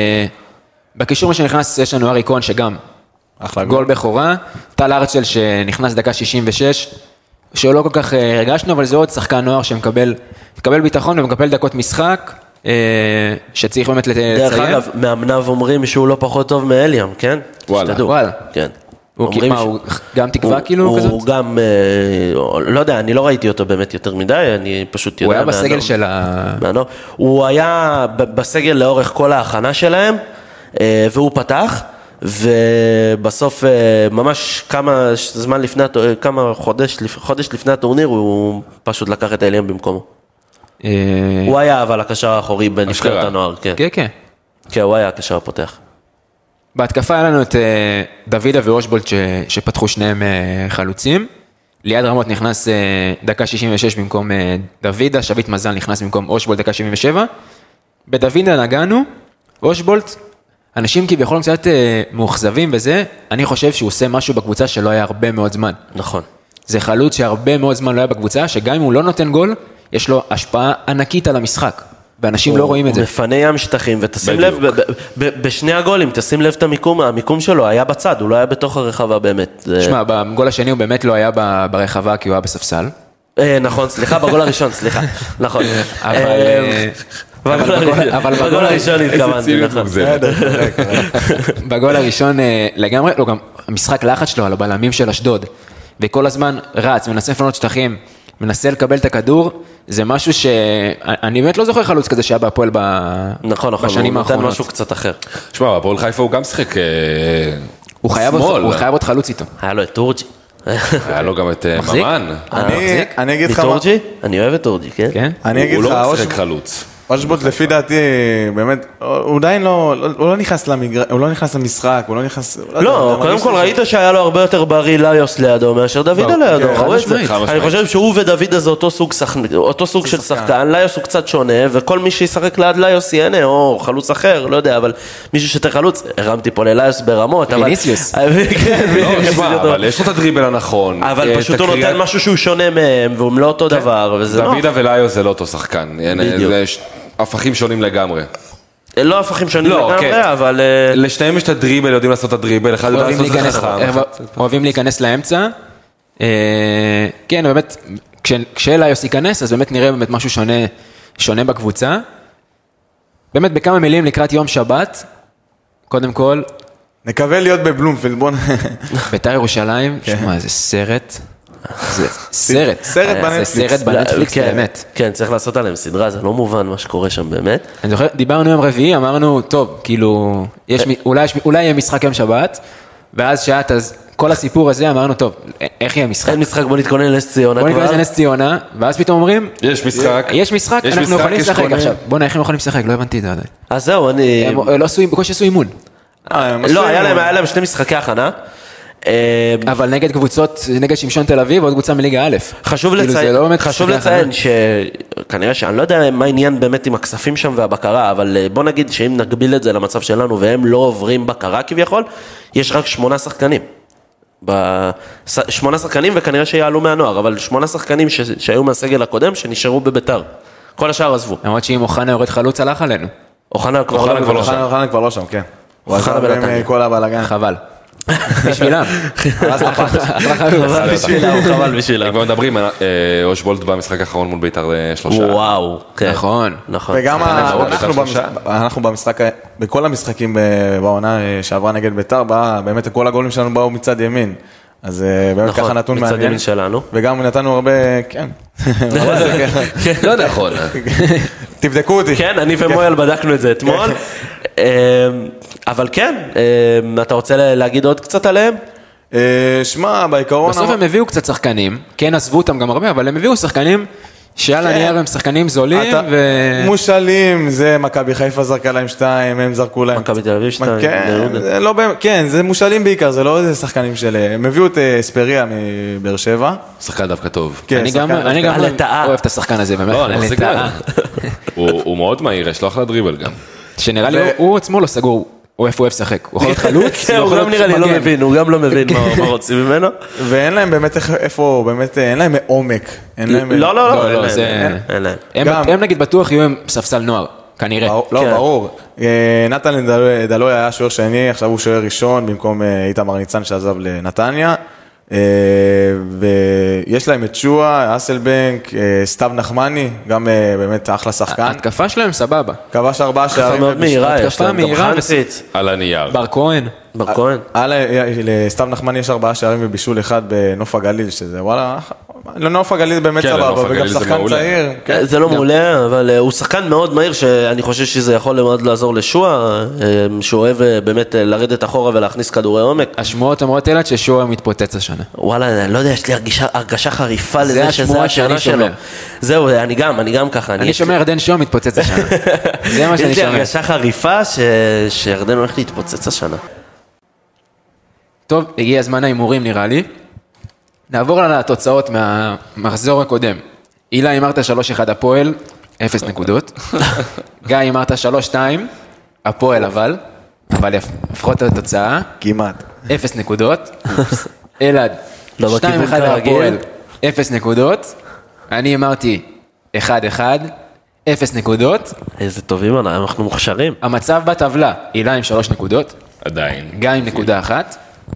[SPEAKER 1] בקישור שנכנס יש לנו ארי כהן שגם גול בכורה, טל ארצ'ל שנכנס דקה 66, שלא כל כך הרגשנו, אבל זה עוד שחקן נוער שמקבל ביטחון ומקבל דקות משחק, שצריך באמת לציין.
[SPEAKER 3] דרך אגב, מאמניו אומרים שהוא לא פחות טוב מאליאם, כן?
[SPEAKER 1] וואלה.
[SPEAKER 3] כן.
[SPEAKER 1] הוא גם תקווה כאילו כזאת?
[SPEAKER 3] הוא גם, לא יודע, אני לא ראיתי אותו באמת יותר מדי, אני פשוט יודע.
[SPEAKER 1] הוא היה בסגל של
[SPEAKER 3] הוא היה בסגל לאורך כל ההכנה שלהם, והוא פתח, ובסוף ממש כמה חודש לפני הטורניר הוא פשוט לקח את אליאם במקומו. הוא היה אבל הקשר האחורי בנבחרת הנוער, כן.
[SPEAKER 1] כן.
[SPEAKER 3] כן, הוא היה הקשר הפותח.
[SPEAKER 1] בהתקפה היה לנו את דוידה ואושבולט שפתחו שניהם חלוצים. ליעד רמות נכנס דקה 66 במקום דוידה, שביט מזל נכנס במקום אושבולט דקה 77. בדוידה נגענו, אושבולט, אנשים כביכול קצת מאוכזבים בזה, אני חושב שהוא עושה משהו בקבוצה שלא היה הרבה מאוד זמן.
[SPEAKER 3] נכון.
[SPEAKER 1] זה חלוץ שהרבה מאוד זמן לא היה בקבוצה, שגם אם הוא לא נותן גול, יש לו השפעה ענקית על המשחק, ואנשים לא רואים את זה.
[SPEAKER 3] הוא מפנה ים שטחים, ותשים לב, בשני הגולים, תשים לב את המיקום שלו, היה בצד, הוא לא היה בתוך הרחבה באמת.
[SPEAKER 1] תשמע, בגול השני הוא באמת לא היה ברחבה, כי הוא היה בספסל.
[SPEAKER 3] נכון, סליחה, בגול הראשון, סליחה, נכון.
[SPEAKER 1] אבל
[SPEAKER 3] בגול הראשון התכוונתי, נכון.
[SPEAKER 1] בגול הראשון לגמרי, לא, גם המשחק לחץ שלו על הבלמים של אשדוד, וכל הזמן רץ, מנסה לפנות שטחים, מנסה לקבל את הכדור, זה משהו שאני באמת לא זוכר חלוץ כזה שהיה בהפועל בשנים האחרונות.
[SPEAKER 3] הוא נותן משהו קצת אחר.
[SPEAKER 4] תשמע, בהפועל חיפה הוא גם שחק
[SPEAKER 1] הוא חייב עוד חלוץ איתו.
[SPEAKER 3] היה לו את טורג'י.
[SPEAKER 4] היה לו גם את ממן.
[SPEAKER 5] אני אגיד לך מה...
[SPEAKER 3] טורג'י? אני אוהב את טורג'י, כן?
[SPEAKER 4] הוא לא משחק חלוץ.
[SPEAKER 5] אושבולט לפי דעתי, באמת, הוא עדיין לא נכנס למגרש, הוא לא נכנס למשחק, הוא לא נכנס...
[SPEAKER 3] לא, קודם כל ראית שהיה לו הרבה יותר בריא ליוס לידו מאשר דוידה לידו, ראו את זה. אני חושב שהוא ודוידה זה אותו סוג של שחקן, ליוס הוא קצת שונה, וכל מי שישחק ליד ליוס יענה, או חלוץ אחר, לא יודע, אבל מישהו שתה חלוץ, הרמתי פה לליוס ברמות, אבל...
[SPEAKER 1] ויניסיוס.
[SPEAKER 4] אבל יש לו את הדריבל הנכון.
[SPEAKER 3] אבל פשוט הוא נותן משהו שהוא שונה מהם, והוא לא אותו דבר, וזה
[SPEAKER 4] דוידה וליוס זה לא אותו שחקן. הפכים שונים לגמרי.
[SPEAKER 3] לא הפכים שונים לגמרי, אבל...
[SPEAKER 4] לשניהם יש את הדריבל, יודעים לעשות את הדריבל, אחד יודע לעשות את זה חכם.
[SPEAKER 1] אוהבים להיכנס לאמצע. כן, באמת, כשאליוס ייכנס, אז באמת נראה באמת משהו שונה בקבוצה. באמת בכמה מילים לקראת יום שבת, קודם כל...
[SPEAKER 5] נקווה להיות בבלומפילד, בוא...
[SPEAKER 1] בית"ר ירושלים, שמע, זה סרט... זה סרט בנטפליקס באמת.
[SPEAKER 3] כן, צריך לעשות עליהם סדרה, זה לא מובן מה שקורה שם באמת.
[SPEAKER 1] אני זוכר, דיברנו יום רביעי, אמרנו, טוב, כאילו, אולי יהיה משחק יום שבת, ואז שעת, אז כל הסיפור הזה אמרנו, טוב, איך יהיה משחק?
[SPEAKER 3] אין משחק, בוא נתכונן לנס ציונה
[SPEAKER 1] בוא נתכונן
[SPEAKER 3] כבר.
[SPEAKER 1] לנס ציונה, ואז פתאום אומרים,
[SPEAKER 4] יש משחק.
[SPEAKER 1] יש משחק, אנחנו יכולים
[SPEAKER 4] יש
[SPEAKER 1] לשחק
[SPEAKER 4] קונה.
[SPEAKER 1] עכשיו. בוא'נה, איך הם יכולים לשחק? לא הבנתי את זה עדיין.
[SPEAKER 3] אז זהו,
[SPEAKER 1] הם לא עשו, בקושי עשו אימון.
[SPEAKER 3] לא, היה להם 2 משחקי הכנה.
[SPEAKER 1] אבל נגד קבוצות, נגד שמשון תל אביב, עוד קבוצה מליגה א'.
[SPEAKER 3] חשוב
[SPEAKER 1] כאילו, זה לא באמת משחקי
[SPEAKER 3] לציין
[SPEAKER 1] הכנה.
[SPEAKER 3] שכנראה שאני לא יודע מה העניין באמת עם הכספים שם והבקרה, אבל בוא נגיד שאם נגביל את זה למצב שלנו והם לא עוברים בקרה כביכול, יש רק 8 שחקנים. 8 שחקנים וכנראה שיעלו מהנוער, אבל 8 שחקנים שהיו מהסגל הקודם שנשארו בביתר. כל השאר עזבו.
[SPEAKER 1] למרות שאם אוחנה יורד חלוץ הלך עלינו.
[SPEAKER 3] אוחנה כבר
[SPEAKER 5] אוחנה כבר לא שם, כן. הוא עזר עם כל הבלגן.
[SPEAKER 1] חבל. בשבילם.
[SPEAKER 3] חבל בשבילם.
[SPEAKER 4] כבר מדברים, אושבולט במשחק האחרון מול ביתר 3.
[SPEAKER 3] וואו, כן.
[SPEAKER 1] נכון.
[SPEAKER 5] וגם אנחנו במשחק, בכל המשחקים בעונה שעברה נגד ביתר, באמת כל הגולים שלנו באו מצד ימין. אז באמת ככה נתון מעניין.
[SPEAKER 3] מצד ימין שלנו.
[SPEAKER 5] וגם נתנו הרבה, כן.
[SPEAKER 4] לא נכון.
[SPEAKER 5] תבדקו אותי.
[SPEAKER 3] כן, אני ומויאל בדקנו את זה אתמול. אבל כן, אתה רוצה להגיד עוד קצת עליהם?
[SPEAKER 5] שמע, בעיקרון...
[SPEAKER 1] בסוף הם הביאו קצת שחקנים, כן עזבו אותם גם הרבה, אבל הם הביאו שחקנים שעל הנייר הם שחקנים זולים
[SPEAKER 5] מושאלים, זה מכבי חיפה זרקה להם 2, הם זרקו להם...
[SPEAKER 3] מכבי תל אביב 2.
[SPEAKER 5] כן, זה מושאלים בעיקר, זה לא איזה שחקנים של... הם הביאו את אספריה מבאר שבע.
[SPEAKER 4] שחקן דווקא טוב.
[SPEAKER 1] אני גם אוהב את השחקן הזה, באמת.
[SPEAKER 4] לא, אני מחזיק ממנו. הוא מאוד מהיר, יש לו אחלה דריבל גם.
[SPEAKER 1] שנראה לי, הוא עצמו לא סגור, הוא איפה הוא אוהב לשחק. הוא יכול להיות חלוץ,
[SPEAKER 3] הוא גם נראה לי לא מבין, הוא גם לא מבין מה רוצים ממנו.
[SPEAKER 5] ואין להם באמת איפה, באמת, אין להם עומק.
[SPEAKER 3] לא, אין להם.
[SPEAKER 1] הם נגיד בטוח יהיו עם ספסל נוער, כנראה.
[SPEAKER 5] לא, ברור. נתן דלוי היה שוער שני, עכשיו הוא שוער ראשון, במקום איתמר ניצן שעזב לנתניה. ויש להם את שואה, אסלבנק, סתיו נחמני, גם באמת אחלה שחקן.
[SPEAKER 1] ההתקפה שלהם סבבה.
[SPEAKER 5] כבש 4 שערים.
[SPEAKER 3] מאוד מהירה, יש
[SPEAKER 1] התקפה
[SPEAKER 3] להם גם
[SPEAKER 1] מהירה.
[SPEAKER 3] חנציץ.
[SPEAKER 4] על הנייר.
[SPEAKER 1] בר כהן.
[SPEAKER 3] בר כהן.
[SPEAKER 5] לסתיו נחמני יש 4 שערים ובישול אחד בנוף הגליל, שזה וואלה, לנוף הגליל באמת סבבה, וגם שחקן צעיר.
[SPEAKER 3] זה לא מעולה, אבל הוא שחקן מאוד מהיר, שאני חושב שזה יכול מאוד לעזור לשואה, שהוא אוהב באמת לרדת אחורה ולהכניס כדורי עומק.
[SPEAKER 1] השמועות אומרות אלת ששואה מתפוצץ השנה.
[SPEAKER 3] וואלה, אני לא יודע, יש לי הרגשה חריפה לזה שזה השנה שלו. זהו, אני גם ככה.
[SPEAKER 1] אני שומע ירדן שואה מתפוצץ השנה. זה מה שאני
[SPEAKER 3] יש לי
[SPEAKER 1] שומע.
[SPEAKER 3] הרגשה חריפה שירדן הולך להתפוצץ השנה.
[SPEAKER 1] טוב, הגיע הזמן ההימורים נראה לי. נעבור על התוצאות מהמחזור הקודם. אילה אמרת 3-1 הפועל, 0 נקודות. גיא אמרת 3-2, הפועל אבל לפחות התוצאה.
[SPEAKER 5] כמעט.
[SPEAKER 1] 0 נקודות. אלעד, 2-1
[SPEAKER 3] לא בכיוון כרגיל.
[SPEAKER 1] הפועל, 0 נקודות. אני אמרתי 1-1, 0 נקודות.
[SPEAKER 3] איזה טובים אנחנו מוכשרים.
[SPEAKER 1] המצב בטבלה, אילה עם 3 נקודות.
[SPEAKER 4] עדיין.
[SPEAKER 1] גיא עם נקודה אחת.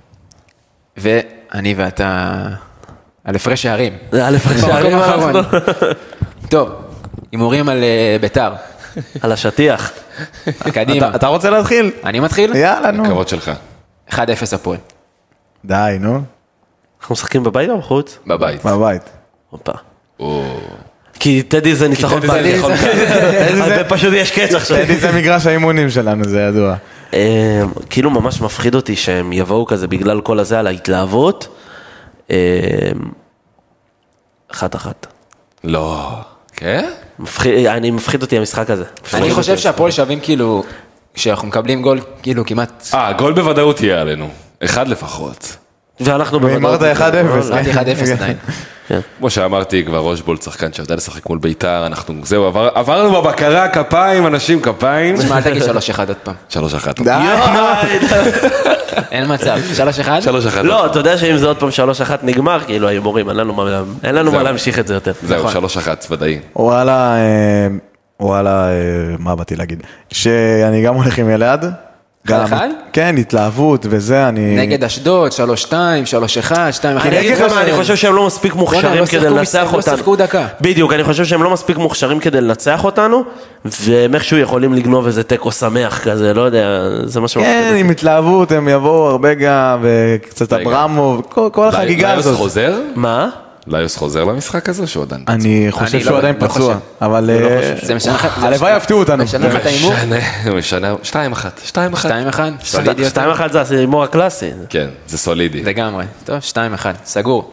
[SPEAKER 1] ואני ואתה על הפרש שערים.
[SPEAKER 3] זה א'
[SPEAKER 1] במקום האחרון. טוב, הימורים על ביתר.
[SPEAKER 3] על השטיח.
[SPEAKER 1] קדימה.
[SPEAKER 5] אתה רוצה להתחיל?
[SPEAKER 1] אני מתחיל?
[SPEAKER 5] יאללה, נו.
[SPEAKER 4] הכבוד שלך.
[SPEAKER 1] 1-0 הפועל.
[SPEAKER 5] די, נו.
[SPEAKER 3] אנחנו משחקים בבית או בחוץ?
[SPEAKER 4] בבית.
[SPEAKER 5] בבית.
[SPEAKER 3] הופה. כי טדי זה ניצחון פעלים. אז פשוט יש קץ עכשיו.
[SPEAKER 5] טדי זה מגרש האימונים שלנו, זה ידוע.
[SPEAKER 3] כאילו ממש מפחיד אותי שהם יבואו כזה בגלל כל הזה על ההתלהבות. 1-1.
[SPEAKER 4] לא. כן?
[SPEAKER 3] אני מפחיד אותי המשחק הזה.
[SPEAKER 1] אני חושב שהפועל שווים כאילו, כשאנחנו מקבלים גול, כאילו כמעט...
[SPEAKER 4] גול בוודאות יהיה עלינו. 1 לפחות.
[SPEAKER 3] ואנחנו
[SPEAKER 5] ואמרת 1-0.
[SPEAKER 1] אמרתי 1-0 עדיין.
[SPEAKER 4] כמו שאמרתי כבר, אושבולט שחקן שיודע לשחק מול ביתר, אנחנו, זהו, עברנו בבקרה, כפיים, אנשים, כפיים.
[SPEAKER 1] תשמע, אל תגיד 3-1 עוד פעם.
[SPEAKER 4] 3-1.
[SPEAKER 5] די, נו.
[SPEAKER 1] אין מצב. 3-1?
[SPEAKER 4] 3-1.
[SPEAKER 3] לא, אתה יודע שאם זה עוד פעם 3-1 נגמר, כאילו ההימורים, אין לנו מה להמשיך את זה יותר.
[SPEAKER 4] זהו, 3-1, ודאי.
[SPEAKER 5] וואלה, מה באתי להגיד? שאני גם הולך עם אלעד.
[SPEAKER 1] 1-1?
[SPEAKER 5] כן, התלהבות וזה, אני...
[SPEAKER 1] נגד אשדוד, 3-2, 3-1, 2-1.
[SPEAKER 3] אני חושב שהם לא מספיק מוכשרים כדי לנצח אותנו.
[SPEAKER 1] לא שיחקו דקה.
[SPEAKER 3] בדיוק, אני חושב שהם לא מספיק מוכשרים כדי לנצח אותנו, והם איכשהו יכולים לגנוב איזה תיקו שמח כזה, לא יודע, זה מה שמפחיד.
[SPEAKER 5] כן, עם התלהבות, הם יבואו הרבה גם, וקצת אברמוב, כל החגיגה הזאת.
[SPEAKER 4] ליוס חוזר?
[SPEAKER 3] מה?
[SPEAKER 4] ליוס חוזר למשחק הזה שהוא עדיין?
[SPEAKER 5] אני חושב שהוא עדיין פצוע, אבל
[SPEAKER 1] זה משנה לך...
[SPEAKER 5] הלוואי יפתיעו אותנו.
[SPEAKER 1] משנה לך את ההימור?
[SPEAKER 4] משנה, 2-1.
[SPEAKER 1] 2-1, סולידי יותר.
[SPEAKER 3] 2-1 זה ההימור הקלאסי.
[SPEAKER 4] כן, זה סולידי.
[SPEAKER 1] לגמרי. טוב, 2-1, סגור.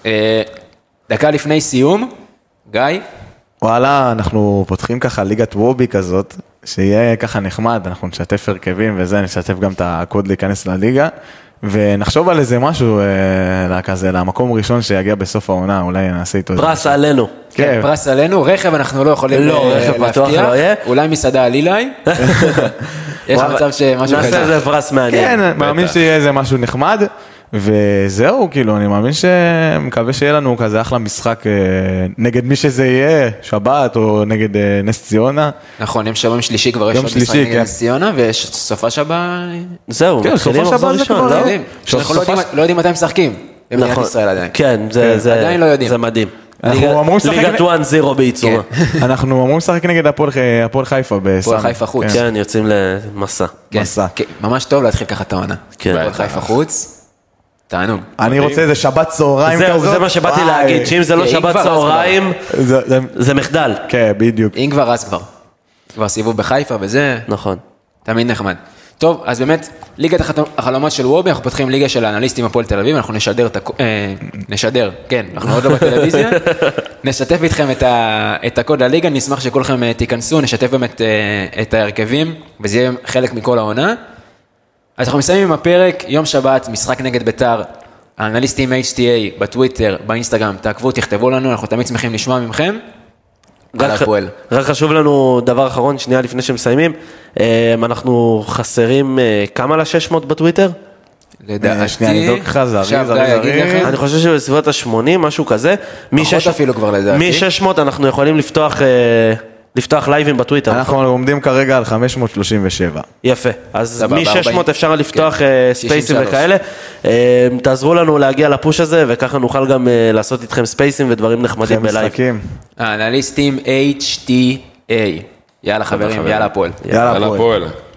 [SPEAKER 1] דקה לפני סיום, גיא.
[SPEAKER 5] וואלה, אנחנו פותחים ככה ליגת וובי כזאת, שיהיה ככה נחמד, אנחנו נשתף הרכבים וזה, נשתף גם את הקוד להיכנס לליגה, ונחשוב על איזה משהו כזה, למקום ראשון שיגיע בסוף העונה, אולי נעשה איתו.
[SPEAKER 3] פרס עלינו.
[SPEAKER 1] כן, פרס עלינו, רכב אנחנו לא יכולים להבטיח, אולי מסעדה על אילי. יש מצב שמשהו כזה.
[SPEAKER 3] נעשה איזה פרס מעניין.
[SPEAKER 5] כן, מאמין שיהיה איזה משהו נחמד, וזהו, כאילו, אני מאמין מקווה שיהיה לנו כזה אחלה משחק נגד מי שזה יהיה, שבת או נגד נס ציונה.
[SPEAKER 1] נכון, יום שלישי כבר יש עוד משחק נגד נס ציונה, ויש סופה שבת.
[SPEAKER 3] זהו,
[SPEAKER 5] כן,
[SPEAKER 3] מתחילים
[SPEAKER 5] סופה
[SPEAKER 3] מחזור
[SPEAKER 5] שבת זה
[SPEAKER 3] ראשון,
[SPEAKER 5] כבר,
[SPEAKER 3] לא?
[SPEAKER 1] אנחנו לא יודעים מתי משחקים, במדינת ישראל עדיין.
[SPEAKER 3] כן,
[SPEAKER 1] עדיין לא יודעים.
[SPEAKER 3] זה מדהים.
[SPEAKER 5] אנחנו אמורים לשחק...
[SPEAKER 3] ליגת 1-0 בעיצומה.
[SPEAKER 5] אנחנו אמורים לשחק נגד הפועל חיפה בסמי.
[SPEAKER 1] הפועל חיפה חוץ.
[SPEAKER 3] כן, יוצאים למסע.
[SPEAKER 5] מסע.
[SPEAKER 1] ממש טוב להתחיל ככה את העונה.
[SPEAKER 3] כן.
[SPEAKER 1] הפועל חיפה חוץ, תענוג.
[SPEAKER 5] אני רוצה איזה שבת צהריים כזאת.
[SPEAKER 3] זהו, זה מה שבאתי להגיד, שאם זה לא שבת צהריים, זה מחדל.
[SPEAKER 5] כן, בדיוק.
[SPEAKER 1] אם כבר אז כבר. כבר סיבוב בחיפה וזה,
[SPEAKER 3] נכון.
[SPEAKER 1] תמיד נחמד. טוב, אז באמת, ליגת החלומות של וובי, אנחנו פותחים ליגה של האנליסטים הפועל תל אביב, אנחנו נשדר, כן, אנחנו עוד לא בטלוויזיה, נשתף איתכם את הקוד לליגה, נשמח שכולכם תיכנסו, נשתף באמת את ההרכבים, וזה יהיה חלק מכל העונה. אז אנחנו מסיימים עם הפרק, יום שבת, משחק נגד ביתר, האנליסטים HTA, בטוויטר, באינסטגרם, תעקבו, תכתבו לנו, אנחנו תמיד שמחים לשמוע מכם.
[SPEAKER 3] רק חשוב לנו דבר אחרון, שנייה לפני שמסיימים, אנחנו חסרים כמה ל-600 בטוויטר?
[SPEAKER 5] שנייה, אני אבדוק לך, זריז.
[SPEAKER 3] אני חושב שבסביבות ה-80, משהו כזה.
[SPEAKER 1] פחות אפילו כבר לדעתי.
[SPEAKER 3] מ-600 אנחנו יכולים לפתוח לייבים בטוויטר.
[SPEAKER 5] אנחנו עומדים כרגע על 537.
[SPEAKER 3] יפה, אז מ-600 אפשר לפתוח ספייסים וכאלה. תעזרו לנו להגיע לפוש הזה, וככה נוכל גם לעשות איתכם ספייסים ודברים נחמדים בלייב.
[SPEAKER 1] האנליסטים HTA. יאללה חברים, יאללה הפועל.
[SPEAKER 5] יאללה הפועל.